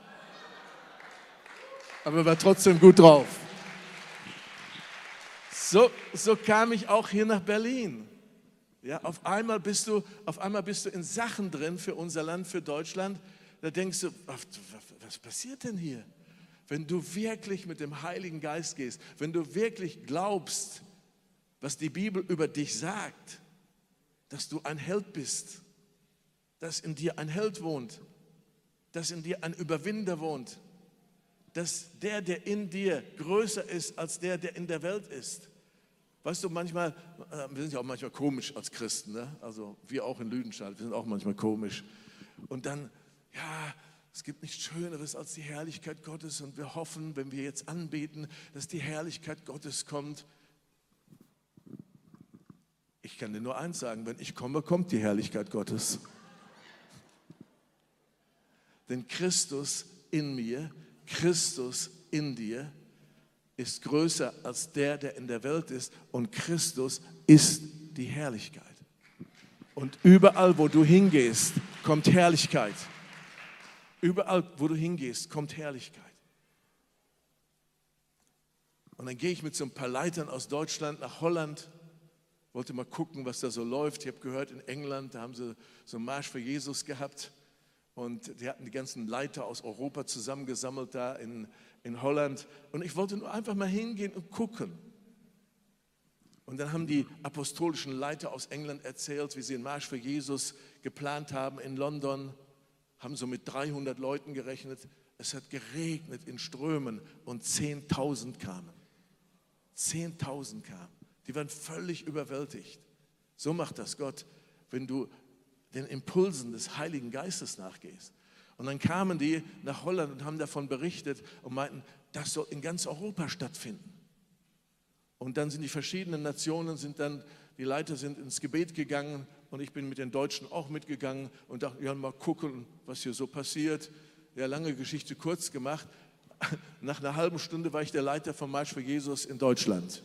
Speaker 3: Aber er war trotzdem gut drauf. So kam ich auch hier nach Berlin. Ja, auf einmal bist du in Sachen drin für unser Land, für Deutschland. Da denkst du, was passiert denn hier? Wenn du wirklich mit dem Heiligen Geist gehst, wenn du wirklich glaubst, was die Bibel über dich sagt, dass du ein Held bist, dass in dir ein Held wohnt, dass in dir ein Überwinder wohnt, dass der in dir größer ist als der in der Welt ist. Weißt du, manchmal, wir sind ja auch manchmal komisch als Christen, ne? Also wir auch in Lüdenscheid, wir sind auch manchmal komisch. Und dann, ja, es gibt nichts Schöneres als die Herrlichkeit Gottes und wir hoffen, wenn wir jetzt anbeten, dass die Herrlichkeit Gottes kommt. Ich kann dir nur eins sagen, wenn ich komme, kommt die Herrlichkeit Gottes. Denn Christus in mir, Christus in dir, ist größer als der in der Welt ist und Christus ist die Herrlichkeit. Und überall, wo du hingehst, kommt Herrlichkeit. Überall, wo du hingehst, kommt Herrlichkeit. Und dann gehe ich mit so ein paar Leitern aus Deutschland nach Holland, wollte mal gucken, was da so läuft. Ich habe gehört, in England, da haben sie so einen Marsch für Jesus gehabt. Und die hatten die ganzen Leiter aus Europa zusammengesammelt da in Holland. Und ich wollte nur einfach mal hingehen und gucken. Und dann haben die apostolischen Leiter aus England erzählt, wie sie einen Marsch für Jesus geplant haben in London. Haben so mit 300 Leuten gerechnet. Es hat geregnet in Strömen und 10.000 kamen. 10.000 kamen. Die waren völlig überwältigt. So macht das Gott, wenn du den Impulsen des Heiligen Geistes nachgehst. Und dann kamen die nach Holland und haben davon berichtet und meinten, das soll in ganz Europa stattfinden. Und dann sind die verschiedenen Nationen, die Leiter sind ins Gebet gegangen und ich bin mit den Deutschen auch mitgegangen und dachte, ja, mal gucken, was hier so passiert. Ja, lange Geschichte kurz gemacht. Nach einer halben Stunde war ich der Leiter vom Marsch für Jesus in Deutschland.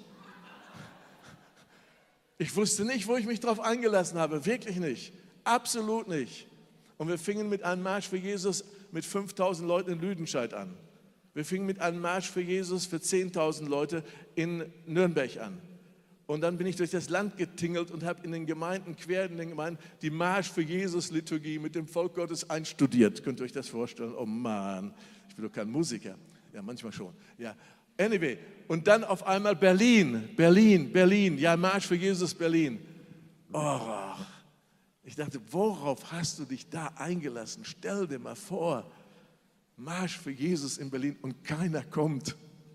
Speaker 3: Ich wusste nicht, wo ich mich drauf eingelassen habe, wirklich nicht. Absolut nicht. Und wir fingen mit einem Marsch für Jesus mit 5.000 Leuten in Lüdenscheid an. Wir fingen mit einem Marsch für Jesus für 10.000 Leute in Nürnberg an. Und dann bin ich durch das Land getingelt und habe in den Gemeinden, quer in den Gemeinden, die Marsch für Jesus-Liturgie mit dem Volk Gottes einstudiert. Könnt ihr euch das vorstellen? Oh Mann, ich bin doch kein Musiker. Ja, manchmal schon. Ja. Anyway, und dann auf einmal Berlin. Ja, Marsch für Jesus Berlin. Oh, ich dachte, worauf hast du dich da eingelassen? Stell dir mal vor, Marsch für Jesus in Berlin und keiner kommt.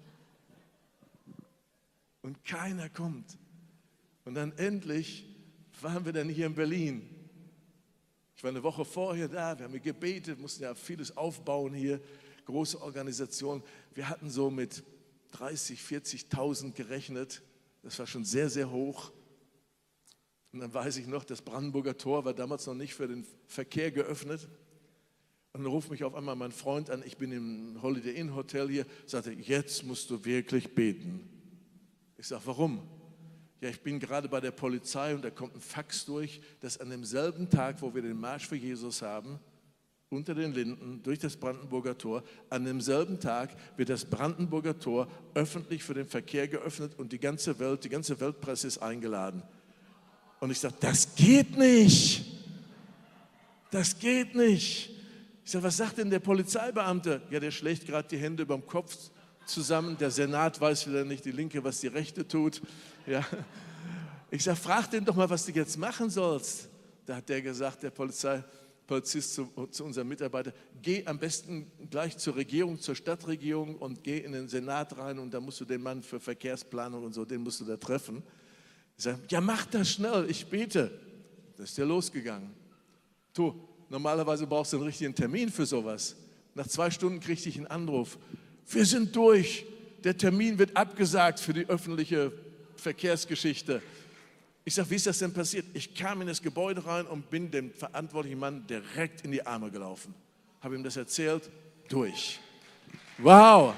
Speaker 3: Und keiner kommt. Und dann endlich waren wir dann hier in Berlin. Ich war eine Woche vorher da, wir haben gebetet, mussten ja vieles aufbauen hier, große Organisation. Wir hatten so mit 30.000, 40.000 gerechnet. Das war schon sehr, sehr hoch. Und dann weiß ich noch, das Brandenburger Tor war damals noch nicht für den Verkehr geöffnet. Und dann ruft mich auf einmal mein Freund an, ich bin im Holiday Inn Hotel hier, sagte, jetzt musst du wirklich beten. Ich sage, warum? Ja, ich bin gerade bei der Polizei und da kommt ein Fax durch, dass an demselben Tag, wo wir den Marsch für Jesus haben, unter den Linden, durch das Brandenburger Tor, an demselben Tag wird das Brandenburger Tor öffentlich für den Verkehr geöffnet und die ganze Weltpresse ist eingeladen. Und ich sage, das geht nicht. Das geht nicht. Ich sage, was sagt denn der Polizeibeamte? Ja, der schlägt gerade die Hände über dem Kopf zusammen. Der Senat weiß wieder nicht, die Linke, was die Rechte tut. Ja. Ich sage, frag den doch mal, was du jetzt machen sollst. Da hat der gesagt, der Polizist zu unserem Mitarbeiter, geh am besten gleich zur Regierung, zur Stadtregierung und geh in den Senat rein und da musst du den Mann für Verkehrsplanung und so, den musst du da treffen. Ich sage, ja, mach das schnell, ich bete. Das ist ja losgegangen. Du, normalerweise brauchst du einen richtigen Termin für sowas. Nach 2 Stunden kriegte ich einen Anruf. Wir sind durch. Der Termin wird abgesagt für die öffentliche Verkehrsgeschichte. Ich sage, wie ist das denn passiert? Ich kam in das Gebäude rein und bin dem verantwortlichen Mann direkt in die Arme gelaufen. Habe ihm das erzählt, durch. Wow.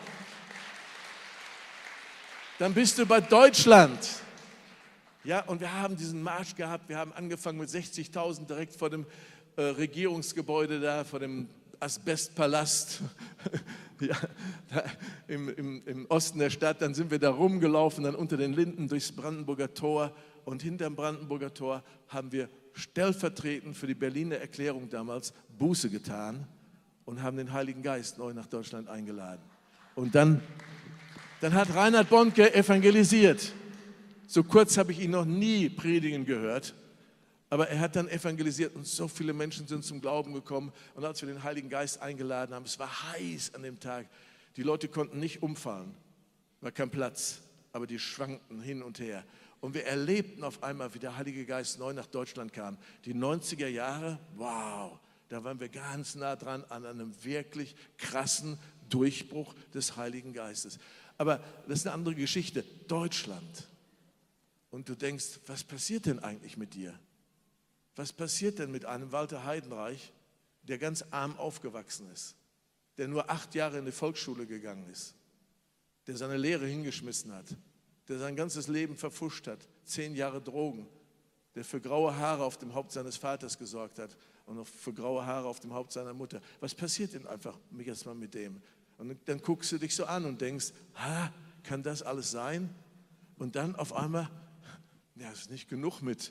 Speaker 3: Dann bist du bei Deutschland. Ja, und wir haben diesen Marsch gehabt, wir haben angefangen mit 60.000 direkt vor dem Regierungsgebäude da, vor dem Asbestpalast ja, da im Osten der Stadt. Dann sind wir da rumgelaufen, dann unter den Linden durchs Brandenburger Tor und hinterm Brandenburger Tor haben wir stellvertretend für die Berliner Erklärung damals Buße getan und haben den Heiligen Geist neu nach Deutschland eingeladen. Und dann hat Reinhard Bonnke evangelisiert. So kurz habe ich ihn noch nie predigen gehört, aber er hat dann evangelisiert und so viele Menschen sind zum Glauben gekommen. Und als wir den Heiligen Geist eingeladen haben, es war heiß an dem Tag, die Leute konnten nicht umfallen, war kein Platz, aber die schwankten hin und her. Und wir erlebten auf einmal, wie der Heilige Geist neu nach Deutschland kam. Die 90er Jahre, wow, da waren wir ganz nah dran an einem wirklich krassen Durchbruch des Heiligen Geistes. Aber das ist eine andere Geschichte, Deutschland. Und du denkst, was passiert denn eigentlich mit dir? Was passiert denn mit einem Walter Heidenreich, der ganz arm aufgewachsen ist, der nur 8 Jahre in die Volksschule gegangen ist, der seine Lehre hingeschmissen hat, der sein ganzes Leben verpfuscht hat, 10 Jahre Drogen, der für graue Haare auf dem Haupt seines Vaters gesorgt hat und für graue Haare auf dem Haupt seiner Mutter. Was passiert denn einfach jetzt mal mit dem? Und dann guckst du dich so an und denkst, kann das alles sein? Und dann auf einmal, ja, es ist nicht genug mit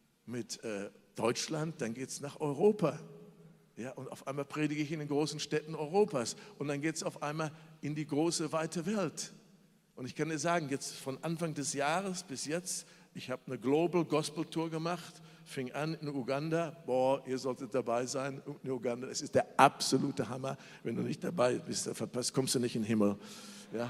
Speaker 3: Deutschland, dann geht es nach Europa. Ja, und auf einmal predige ich in den großen Städten Europas. Und dann geht es auf einmal in die große, weite Welt. Und ich kann dir sagen, jetzt von Anfang des Jahres bis jetzt, ich habe eine Global Gospel Tour gemacht, fing an in Uganda. Boah, ihr solltet dabei sein in Uganda. Es ist der absolute Hammer. Wenn du nicht dabei bist, verpasst, kommst du nicht in den Himmel. Ja.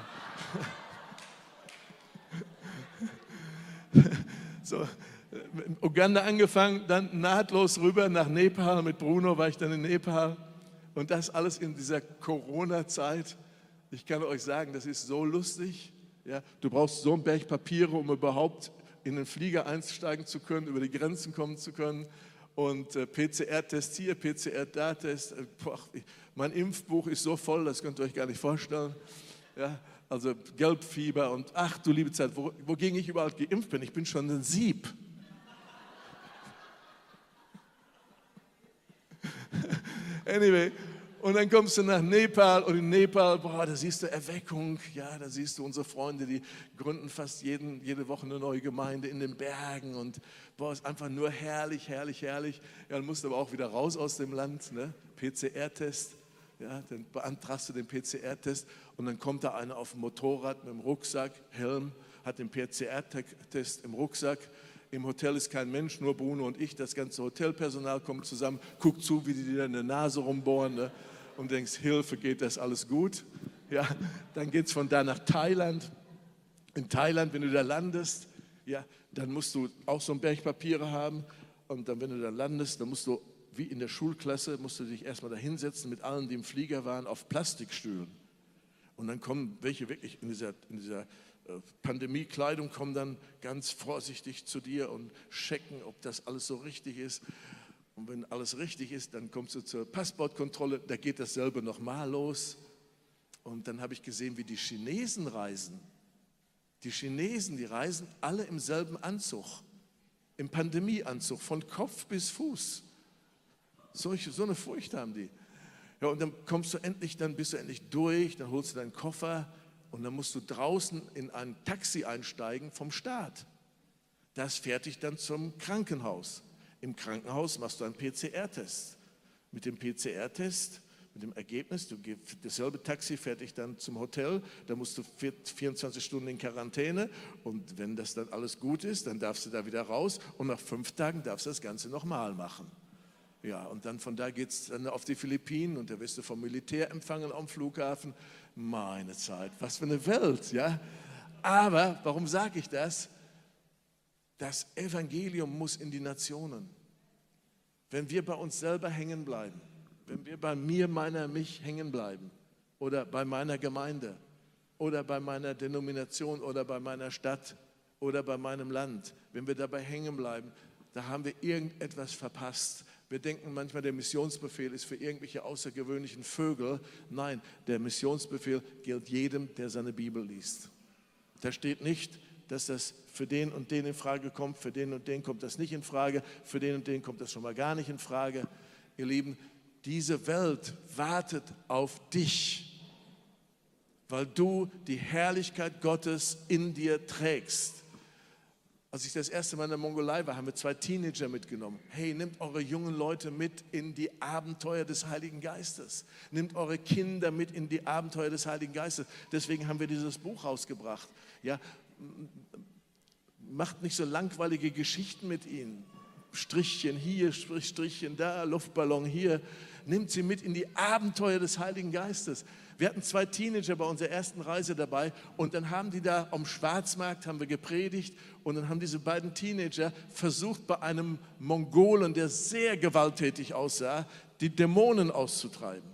Speaker 3: So, Uganda angefangen, dann nahtlos rüber nach Nepal. Mit Bruno war ich dann in Nepal. Und das alles in dieser Corona-Zeit. Ich kann euch sagen, das ist so lustig. Ja, du brauchst so einen Berg Papiere, um überhaupt in den Flieger einsteigen zu können, über die Grenzen kommen zu können. Und PCR-Test hier, PCR da, Test. Mein Impfbuch ist so voll, das könnt ihr euch gar nicht vorstellen. Ja, also Gelbfieber und ach du liebe Zeit, wogegen ich überall geimpft bin. Ich bin schon ein Sieb. Anyway, und dann kommst du nach Nepal und in Nepal, boah, da siehst du Erweckung, ja, da siehst du unsere Freunde, die gründen fast jede Woche eine neue Gemeinde in den Bergen und boah, ist einfach nur herrlich, herrlich, herrlich. Ja, dann musst du aber auch wieder raus aus dem Land, ne? PCR-Test, Ja, dann beantragst du den PCR-Test und dann kommt da einer auf dem Motorrad mit dem Rucksack, Helm, hat den PCR-Test im Rucksack. Im Hotel ist kein Mensch, nur Bruno und ich. Das ganze Hotelpersonal kommt zusammen, guckt zu, wie die dir in der Nase rumbohren, ne? Und denkst, Hilfe, geht das alles gut? Ja, dann geht es von da nach Thailand. In Thailand, wenn du da landest, ja, dann musst du auch so ein Berg Papiere haben. Und dann, wenn du da landest, dann musst du, wie in der Schulklasse, musst du dich erstmal da hinsetzen mit allen, die im Flieger waren, auf Plastikstühlen. Und dann kommen welche wirklich in dieser Pandemiekleidung, kommen dann ganz vorsichtig zu dir und checken, ob das alles so richtig ist. Und wenn alles richtig ist, dann kommst du zur Passportkontrolle, da geht dasselbe nochmal los. Und dann habe ich gesehen, wie die Chinesen reisen. Die Chinesen, die reisen alle im selben Anzug, im Pandemieanzug, von Kopf bis Fuß. So eine Furcht haben die. Ja, und dann bist du endlich durch, dann holst du deinen Koffer und dann musst du draußen in ein Taxi einsteigen vom Staat. Das fährt dich dann zum Krankenhaus. Im Krankenhaus machst du einen PCR-Test. Mit dem PCR-Test, mit dem Ergebnis, dasselbe Taxi fährt dich dann zum Hotel, da musst du 24 Stunden in Quarantäne und wenn das dann alles gut ist, dann darfst du da wieder raus und nach 5 Tagen darfst du das Ganze nochmal machen. Ja, und dann von da geht es dann auf die Philippinen und da wirst du vom Militär empfangen am Flughafen. Meine Zeit, was für eine Welt, ja. Aber, warum sage ich das? Das Evangelium muss in die Nationen. Wenn wir bei uns selber hängen bleiben, wenn wir bei mir, meiner, mich hängen bleiben oder bei meiner Gemeinde oder bei meiner Denomination oder bei meiner Stadt oder bei meinem Land, wenn wir dabei hängen bleiben, da haben wir irgendetwas verpasst. Wir denken manchmal, der Missionsbefehl ist für irgendwelche außergewöhnlichen Vögel. Nein, der Missionsbefehl gilt jedem, der seine Bibel liest. Da steht nicht, dass das für den und den in Frage kommt, für den und den kommt das nicht in Frage, für den und den kommt das schon mal gar nicht in Frage. Ihr Lieben, diese Welt wartet auf dich, weil du die Herrlichkeit Gottes in dir trägst. Als ich das erste Mal in der Mongolei war, haben wir 2 Teenager mitgenommen. Hey, nehmt eure jungen Leute mit in die Abenteuer des Heiligen Geistes. Nehmt eure Kinder mit in die Abenteuer des Heiligen Geistes. Deswegen haben wir dieses Buch rausgebracht. Ja, macht nicht so langweilige Geschichten mit ihnen. Strichchen hier, Strichchen da, Luftballon hier. Nehmt sie mit in die Abenteuer des Heiligen Geistes. Wir hatten 2 Teenager bei unserer ersten Reise dabei und dann haben die da am Schwarzmarkt, haben wir gepredigt und dann haben diese beiden Teenager versucht, bei einem Mongolen, der sehr gewalttätig aussah, die Dämonen auszutreiben.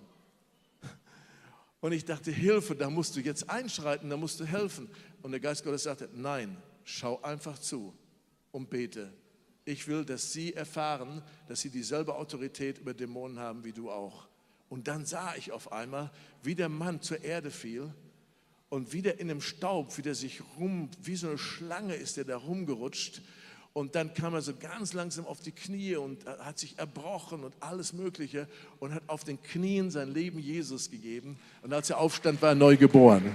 Speaker 3: Und ich dachte, Hilfe, da musst du jetzt einschreiten, da musst du helfen. Und der Geist Gottes sagte, nein, schau einfach zu und bete. Ich will, dass sie erfahren, dass sie dieselbe Autorität über Dämonen haben wie du auch. Und dann sah ich auf einmal, wie der Mann zur Erde fiel und wieder in dem Staub, wie so eine Schlange ist der da rumgerutscht. Und dann kam er so ganz langsam auf die Knie und hat sich erbrochen und alles Mögliche und hat auf den Knien sein Leben Jesus gegeben. Und als er aufstand, war er neu geboren.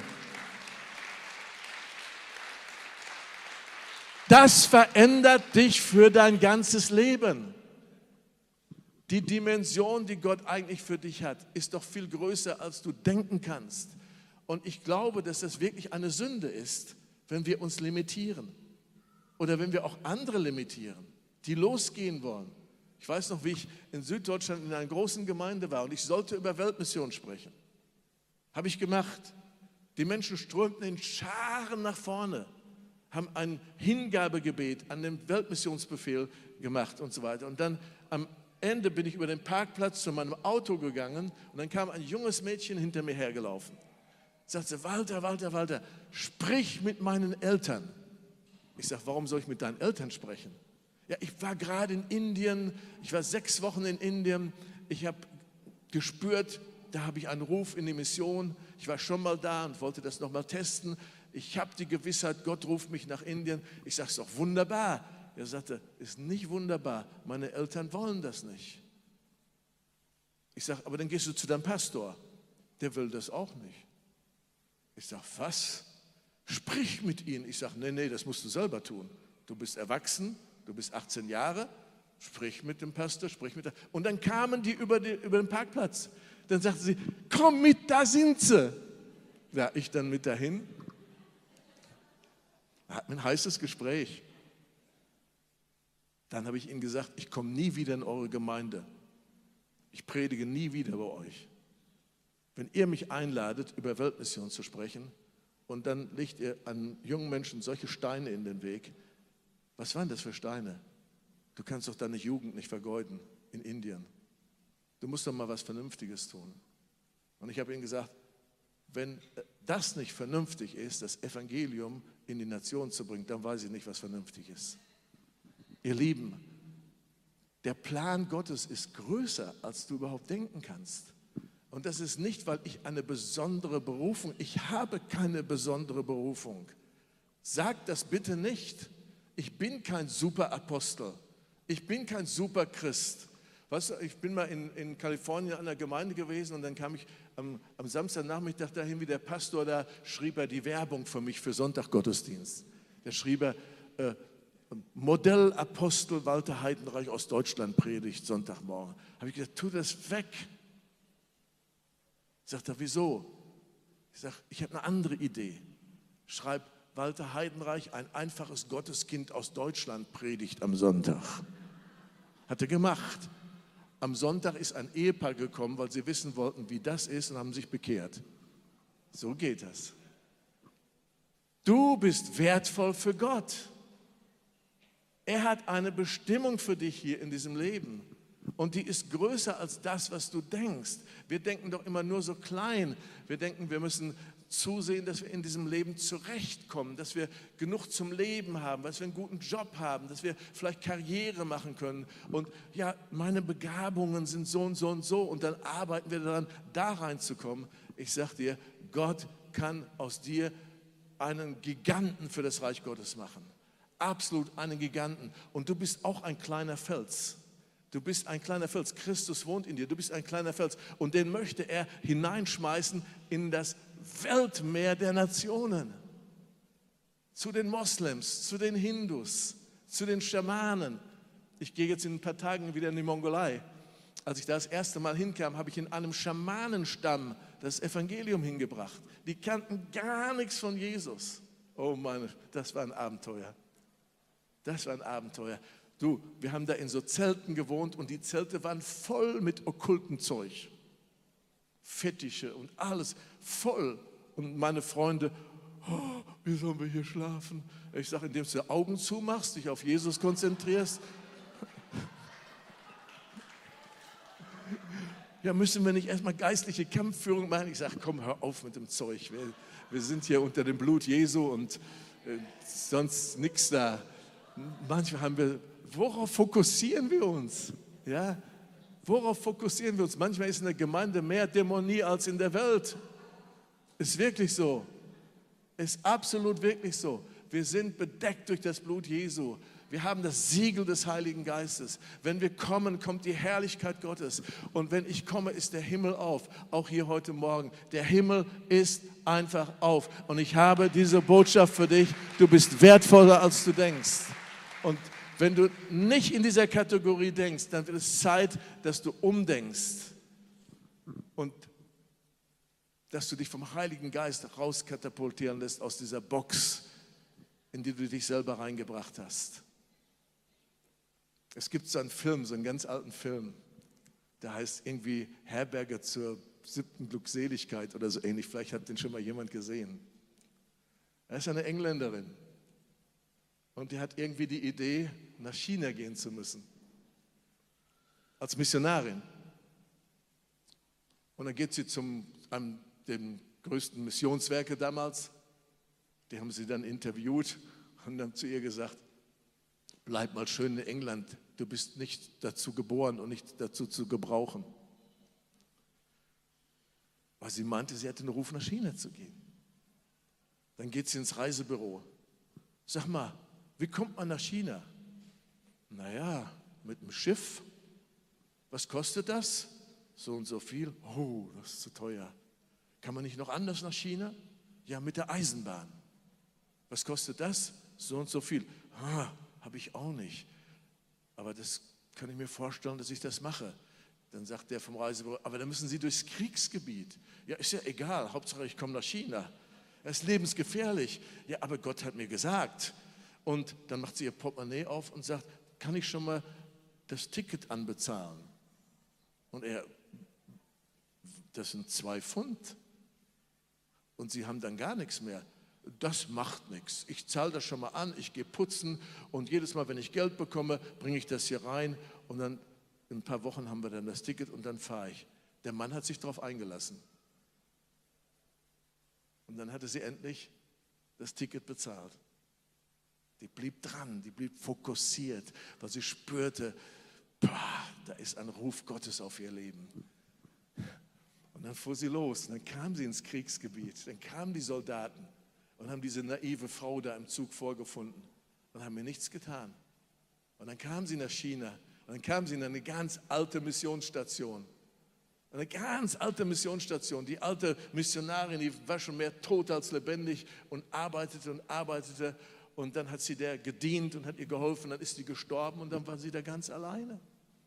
Speaker 3: Das verändert dich für dein ganzes Leben. Die Dimension, die Gott eigentlich für dich hat, ist doch viel größer, als du denken kannst. Und ich glaube, dass das wirklich eine Sünde ist, wenn wir uns limitieren. Oder wenn wir auch andere limitieren, die losgehen wollen. Ich weiß noch, wie ich in Süddeutschland in einer großen Gemeinde war und ich sollte über Weltmission sprechen. Habe ich gemacht. Die Menschen strömten in Scharen nach vorne, haben ein Hingabegebet an den Weltmissionsbefehl gemacht und so weiter. Und dann am Ende bin ich über den Parkplatz zu meinem Auto gegangen und dann kam ein junges Mädchen hinter mir hergelaufen. Sagte, Walter, sprich mit meinen Eltern. Ich sage, warum soll ich mit deinen Eltern sprechen? Ja, ich war gerade in Indien, ich war 6 Wochen in Indien, ich habe gespürt, da habe ich einen Ruf in die Mission. Ich war schon mal da und wollte das nochmal testen. Ich habe die Gewissheit, Gott ruft mich nach Indien. Ich sage, es ist doch wunderbar. Er sagte, ist nicht wunderbar, meine Eltern wollen das nicht. Ich sage, aber dann gehst du zu deinem Pastor. Der will das auch nicht. Ich sage, was? Sprich mit ihnen. Ich sage, nee, das musst du selber tun. Du bist erwachsen, du bist 18 Jahre, sprich mit dem Pastor, sprich mit der... Und dann kamen die über den Parkplatz. Dann sagte sie, komm mit, da sind sie. Ja, ich dann mit dahin. Da hatten wir ein heißes Gespräch. Dann habe ich ihnen gesagt, ich komme nie wieder in eure Gemeinde. Ich predige nie wieder bei euch. Wenn ihr mich einladet, über Weltmission zu sprechen und dann legt ihr an jungen Menschen solche Steine in den Weg, was waren das für Steine? Du kannst doch deine Jugend nicht vergeuden in Indien. Du musst doch mal was Vernünftiges tun. Und ich habe ihnen gesagt, wenn das nicht vernünftig ist, das Evangelium in die Nation zu bringen, dann weiß ich nicht, was vernünftig ist. Ihr Lieben, der Plan Gottes ist größer, als du überhaupt denken kannst. Und das ist nicht, weil ich eine besondere Berufung, ich habe keine besondere Berufung. Sag das bitte nicht. Ich bin kein Superapostel. Ich bin kein Superchrist. Weißt du, ich bin mal in Kalifornien an einer Gemeinde gewesen und dann kam ich am Samstagnachmittag dahin, wie der Pastor, da schrieb er die Werbung für mich für Sonntaggottesdienst. Da schrieb er, Modellapostel Walter Heidenreich aus Deutschland predigt Sonntagmorgen. Habe ich gesagt, tu das weg. Sagt er, wieso? Ich sage, ich habe eine andere Idee. Schreib, Walter Heidenreich, ein einfaches Gotteskind aus Deutschland predigt am Sonntag. Hat er gemacht. Am Sonntag ist ein Ehepaar gekommen, weil sie wissen wollten, wie das ist und haben sich bekehrt. So geht das. Du bist wertvoll für Gott. Er hat eine Bestimmung für dich hier in diesem Leben. Und die ist größer als das, was du denkst. Wir denken doch immer nur so klein. Wir denken, wir müssen zusehen, dass wir in diesem Leben zurechtkommen, dass wir genug zum Leben haben, dass wir einen guten Job haben, dass wir vielleicht Karriere machen können. Und ja, meine Begabungen sind so und so und so. Und dann arbeiten wir daran, da reinzukommen. Ich sage dir, Gott kann aus dir einen Giganten für das Reich Gottes machen. Absolut einen Giganten. Und du bist auch ein kleiner Fels. Du bist ein kleiner Fels. Christus wohnt in dir. Du bist ein kleiner Fels. Und den möchte er hineinschmeißen in das Weltmeer der Nationen. Zu den Moslems, zu den Hindus, zu den Schamanen. Ich gehe jetzt in ein paar Tagen wieder in die Mongolei. Als ich da das erste Mal hinkam, habe ich in einem Schamanenstamm das Evangelium hingebracht. Die kannten gar nichts von Jesus. Oh Mann, das war ein Abenteuer. Das war ein Abenteuer. Du, wir haben da in so Zelten gewohnt und die Zelte waren voll mit okkultem Zeug. Fettische und alles voll. Und meine Freunde, oh, wie sollen wir hier schlafen? Ich sage, indem du die Augen zumachst, dich auf Jesus konzentrierst. Ja, müssen wir nicht erstmal geistliche Kampfführung machen? Ich sage, komm, hör auf mit dem Zeug. Wir sind hier unter dem Blut Jesu und sonst nichts da. Manchmal haben wir, worauf fokussieren wir uns? Ja? Worauf fokussieren wir uns? Manchmal ist in der Gemeinde mehr Dämonie als in der Welt. Ist wirklich so. Ist absolut wirklich so. Wir sind bedeckt durch das Blut Jesu. Wir haben das Siegel des Heiligen Geistes. Wenn wir kommen, kommt die Herrlichkeit Gottes. Und wenn ich komme, ist der Himmel auf. Auch hier heute Morgen. Der Himmel ist einfach auf. Und ich habe diese Botschaft für dich. Du bist wertvoller, als du denkst. Und wenn du nicht in dieser Kategorie denkst, dann wird es Zeit, dass du umdenkst und dass du dich vom Heiligen Geist rauskatapultieren lässt aus dieser Box, in die du dich selber reingebracht hast. Es gibt so einen Film, so einen ganz alten Film, der heißt irgendwie Herberge zur 7. Glückseligkeit oder so ähnlich. Vielleicht hat den schon mal jemand gesehen. Er ist eine Engländerin. Und die hat irgendwie die Idee, nach China gehen zu müssen. Als Missionarin. Und dann geht sie zu dem größten Missionswerke damals. Die haben sie dann interviewt und haben zu ihr gesagt, bleib mal schön in England. Du bist nicht dazu geboren und nicht dazu zu gebrauchen. Weil sie meinte, sie hatte den Ruf, nach China zu gehen. Dann geht sie ins Reisebüro. Sag mal, wie kommt man nach China? Naja, mit dem Schiff. Was kostet das? So und so viel. Oh, das ist zu teuer. Kann man nicht noch anders nach China? Ja, mit der Eisenbahn. Was kostet das? So und so viel. Habe ich auch nicht. Aber das kann ich mir vorstellen, dass ich das mache. Dann sagt der vom Reisebüro, aber dann müssen Sie durchs Kriegsgebiet. Ja, ist ja egal, Hauptsache ich komme nach China. Es ist lebensgefährlich. Ja, aber Gott hat mir gesagt. Und dann macht sie ihr Portemonnaie auf und sagt, kann ich schon mal das Ticket anbezahlen? Und er, das sind 2 Pfund. Und sie haben dann gar nichts mehr. Das macht nichts. Ich zahle das schon mal an, ich gehe putzen und jedes Mal, wenn ich Geld bekomme, bringe ich das hier rein und dann in ein paar Wochen haben wir dann das Ticket und dann fahre ich. Der Mann hat sich darauf eingelassen. Und dann hatte sie endlich das Ticket bezahlt. Die blieb dran, die blieb fokussiert, weil sie spürte, da ist ein Ruf Gottes auf ihr Leben. Und dann fuhr sie los, und dann kam sie ins Kriegsgebiet, dann kamen die Soldaten und haben diese naive Frau da im Zug vorgefunden und haben mir nichts getan. Und dann kam sie nach China und dann kam sie in eine ganz alte Missionsstation. Eine ganz alte Missionsstation. Die alte Missionarin, die war schon mehr tot als lebendig und arbeitete und arbeitete. Und dann hat sie der gedient und hat ihr geholfen. Dann ist sie gestorben und dann war sie da ganz alleine.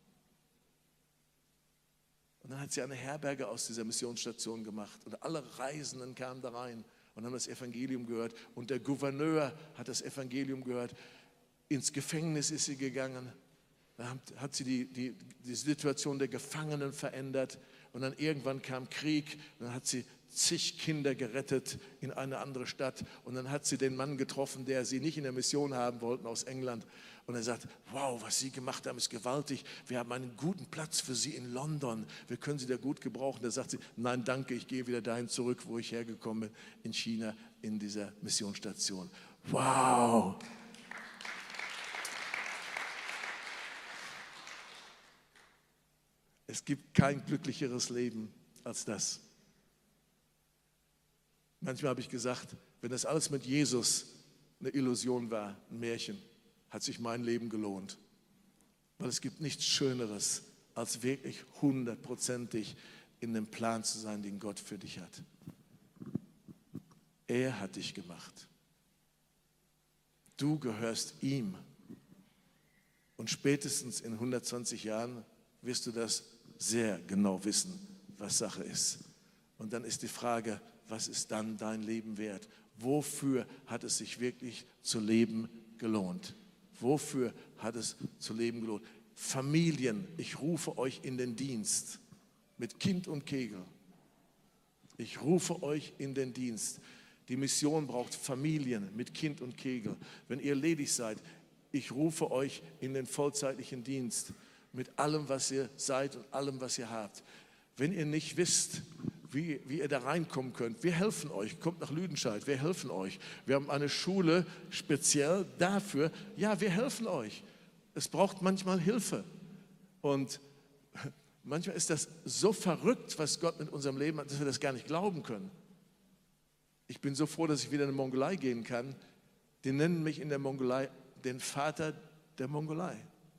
Speaker 3: Und dann hat sie eine Herberge aus dieser Missionsstation gemacht. Und alle Reisenden kamen da rein und haben das Evangelium gehört. Und der Gouverneur hat das Evangelium gehört. Ins Gefängnis ist sie gegangen. Da hat sie die Situation der Gefangenen verändert. Und dann irgendwann kam Krieg. Und dann hat sie zig Kinder gerettet in eine andere Stadt. Und dann hat sie den Mann getroffen, der sie nicht in der Mission haben wollten aus England. Und er sagt, wow, was Sie gemacht haben, ist gewaltig. Wir haben einen guten Platz für Sie in London. Wir können Sie da gut gebrauchen. Da sagt sie, nein, danke, ich gehe wieder dahin zurück, wo ich hergekommen bin, in China, in dieser Missionsstation. Wow! Es gibt kein glücklicheres Leben als das. Manchmal habe ich gesagt, wenn das alles mit Jesus eine Illusion war, ein Märchen, hat sich mein Leben gelohnt. Weil es gibt nichts Schöneres, als wirklich 100%ig in dem Plan zu sein, den Gott für dich hat. Er hat dich gemacht. Du gehörst ihm. Und spätestens in 120 Jahren wirst du das sehr genau wissen, was Sache ist. Und dann ist die Frage, was ist dann dein Leben wert? Wofür hat es sich wirklich zu leben gelohnt? Wofür hat es zu leben gelohnt? Familien, ich rufe euch in den Dienst mit Kind und Kegel. Ich rufe euch in den Dienst. Die Mission braucht Familien mit Kind und Kegel. Wenn ihr ledig seid, ich rufe euch in den vollzeitlichen Dienst mit allem, was ihr seid und allem, was ihr habt. Wenn ihr nicht wisst, wie ihr da reinkommen könnt, wir helfen euch. Kommt nach Lüdenscheid, wir helfen euch. Wir haben eine Schule speziell dafür. Ja, wir helfen euch. Es braucht manchmal Hilfe. Und manchmal ist das so verrückt, was Gott mit unserem Leben hat, dass wir das gar nicht glauben können. Ich bin so froh, dass ich wieder in die Mongolei gehen kann. Die nennen mich in der Mongolei den Vater der Mongolei.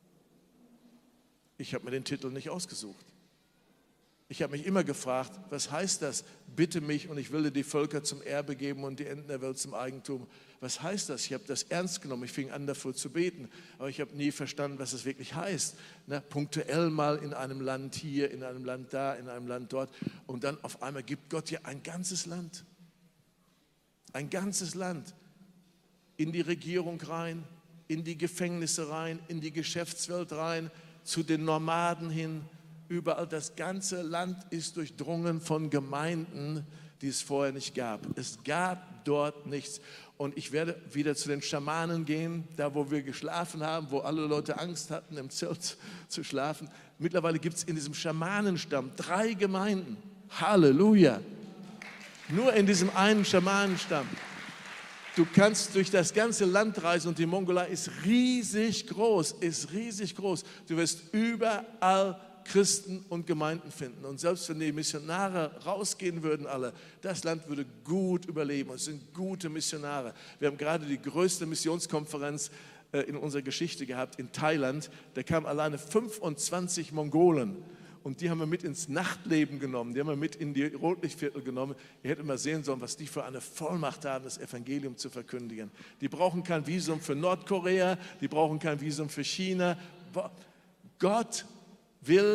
Speaker 3: Ich habe mir den Titel nicht ausgesucht. Ich habe mich immer gefragt, was heißt das? Bitte mich und ich will dir die Völker zum Erbe geben und die Enden der Welt zum Eigentum. Was heißt das? Ich habe das ernst genommen. Ich fing an, dafür zu beten. Aber ich habe nie verstanden, was es wirklich heißt. Punktuell mal in einem Land hier, in einem Land da, in einem Land dort. Und dann auf einmal gibt Gott dir ein ganzes Land. Ein ganzes Land. In die Regierung rein, in die Gefängnisse rein, in die Geschäftswelt rein, zu den Nomaden hin. Überall, das ganze Land ist durchdrungen von Gemeinden, die es vorher nicht gab. Es gab dort nichts. Und ich werde wieder zu den Schamanen gehen, da wo wir geschlafen haben, wo alle Leute Angst hatten, im Zelt zu schlafen. Mittlerweile gibt es in diesem Schamanenstamm 3 Gemeinden. Halleluja! Nur in diesem einen Schamanenstamm. Du kannst durch das ganze Land reisen und die Mongolei ist riesig groß, Du wirst überall Christen und Gemeinden finden. Und selbst wenn die Missionare rausgehen würden alle, das Land würde gut überleben. Und es sind gute Missionare. Wir haben gerade die größte Missionskonferenz in unserer Geschichte gehabt in Thailand. Da kamen alleine 25 Mongolen. Und die haben wir mit ins Nachtleben genommen, die haben wir mit in die Rotlichtviertel genommen. Ihr hättet mal sehen sollen, was die für eine Vollmacht haben, das Evangelium zu verkündigen. Die brauchen kein Visum für Nordkorea, die brauchen kein Visum für China. Gott will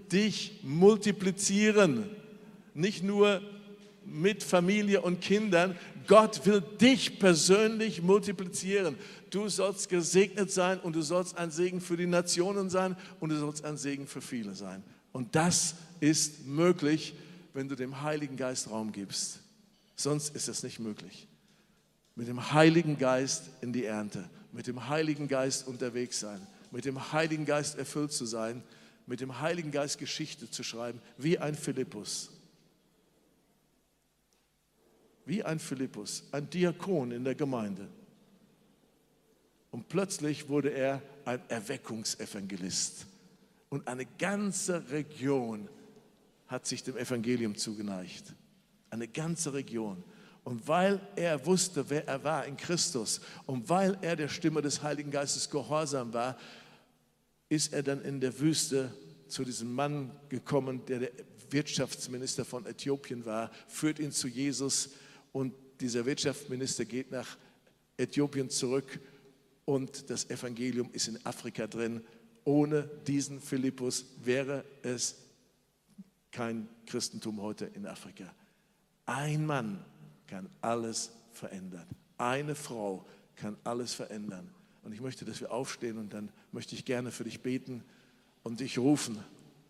Speaker 3: dich multiplizieren. Nicht nur mit Familie und Kindern. Gott will dich persönlich multiplizieren. Du sollst gesegnet sein und du sollst ein Segen für die Nationen sein und du sollst ein Segen für viele sein. Und das ist möglich, wenn du dem Heiligen Geist Raum gibst. Sonst ist es nicht möglich. Mit dem Heiligen Geist in die Ernte, mit dem Heiligen Geist unterwegs sein, mit dem Heiligen Geist erfüllt zu sein, mit dem Heiligen Geist Geschichte zu schreiben, wie ein Philippus. Wie ein Philippus, ein Diakon in der Gemeinde. Und plötzlich wurde er ein Erweckungsevangelist. Und eine ganze Region hat sich dem Evangelium zugeneigt. Eine ganze Region. Und weil er wusste, wer er war in Christus und weil er der Stimme des Heiligen Geistes gehorsam war, ist er dann in der Wüste zu diesem Mann gekommen, der Wirtschaftsminister von Äthiopien war, führt ihn zu Jesus und dieser Wirtschaftsminister geht nach Äthiopien zurück und das Evangelium ist in Afrika drin. Ohne diesen Philippus wäre es kein Christentum heute in Afrika. Ein Mann kann alles verändern. Eine Frau kann alles verändern. Und ich möchte, dass wir aufstehen und dann möchte ich gerne für dich beten und dich rufen.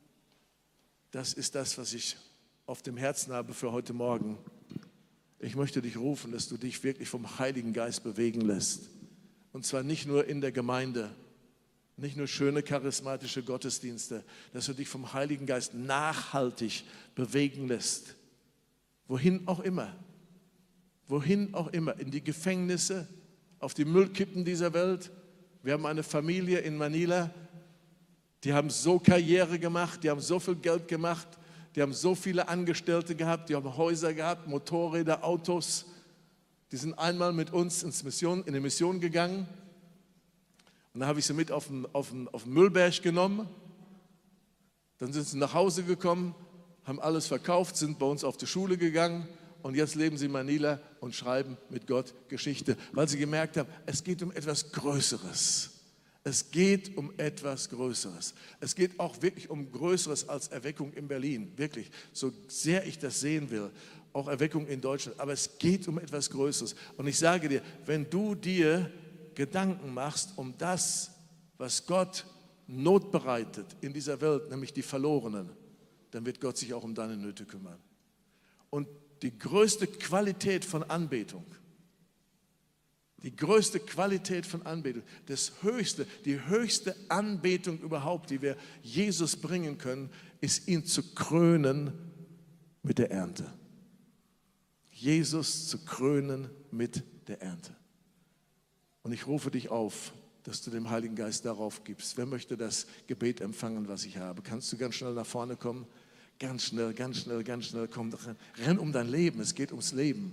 Speaker 3: Das ist das, was ich auf dem Herzen habe für heute Morgen. Ich möchte dich rufen, dass du dich wirklich vom Heiligen Geist bewegen lässt. Und zwar nicht nur in der Gemeinde, nicht nur schöne charismatische Gottesdienste, dass du dich vom Heiligen Geist nachhaltig bewegen lässt. Wohin auch immer. Wohin auch immer. In die Gefängnisse, auf die Müllkippen dieser Welt. Wir haben eine Familie in Manila, die haben so Karriere gemacht, die haben so viel Geld gemacht, die haben so viele Angestellte gehabt, die haben Häuser gehabt, Motorräder, Autos. Die sind einmal mit uns in die Mission gegangen. Und dann habe ich sie mit auf den Müllberg genommen. Dann sind sie nach Hause gekommen, haben alles verkauft, sind bei uns auf die Schule gegangen. Und jetzt leben sie in Manila und schreiben mit Gott Geschichte, weil sie gemerkt haben, es geht um etwas Größeres. Es geht um etwas Größeres. Es geht auch wirklich um Größeres als Erweckung in Berlin. Wirklich, so sehr ich das sehen will, auch Erweckung in Deutschland. Aber es geht um etwas Größeres. Und ich sage dir, wenn du dir Gedanken machst um das, was Gott Not bereitet in dieser Welt, nämlich die Verlorenen, dann wird Gott sich auch um deine Nöte kümmern. Und die größte Qualität von Anbetung, die höchste Anbetung überhaupt, die wir Jesus bringen können, ist ihn zu krönen mit der Ernte. Jesus zu krönen mit der Ernte. Und ich rufe dich auf, dass du dem Heiligen Geist darauf gibst. Wer möchte das Gebet empfangen, was ich habe? Kannst du ganz schnell nach vorne kommen? Ganz schnell, komm, renn um dein Leben, es geht ums Leben.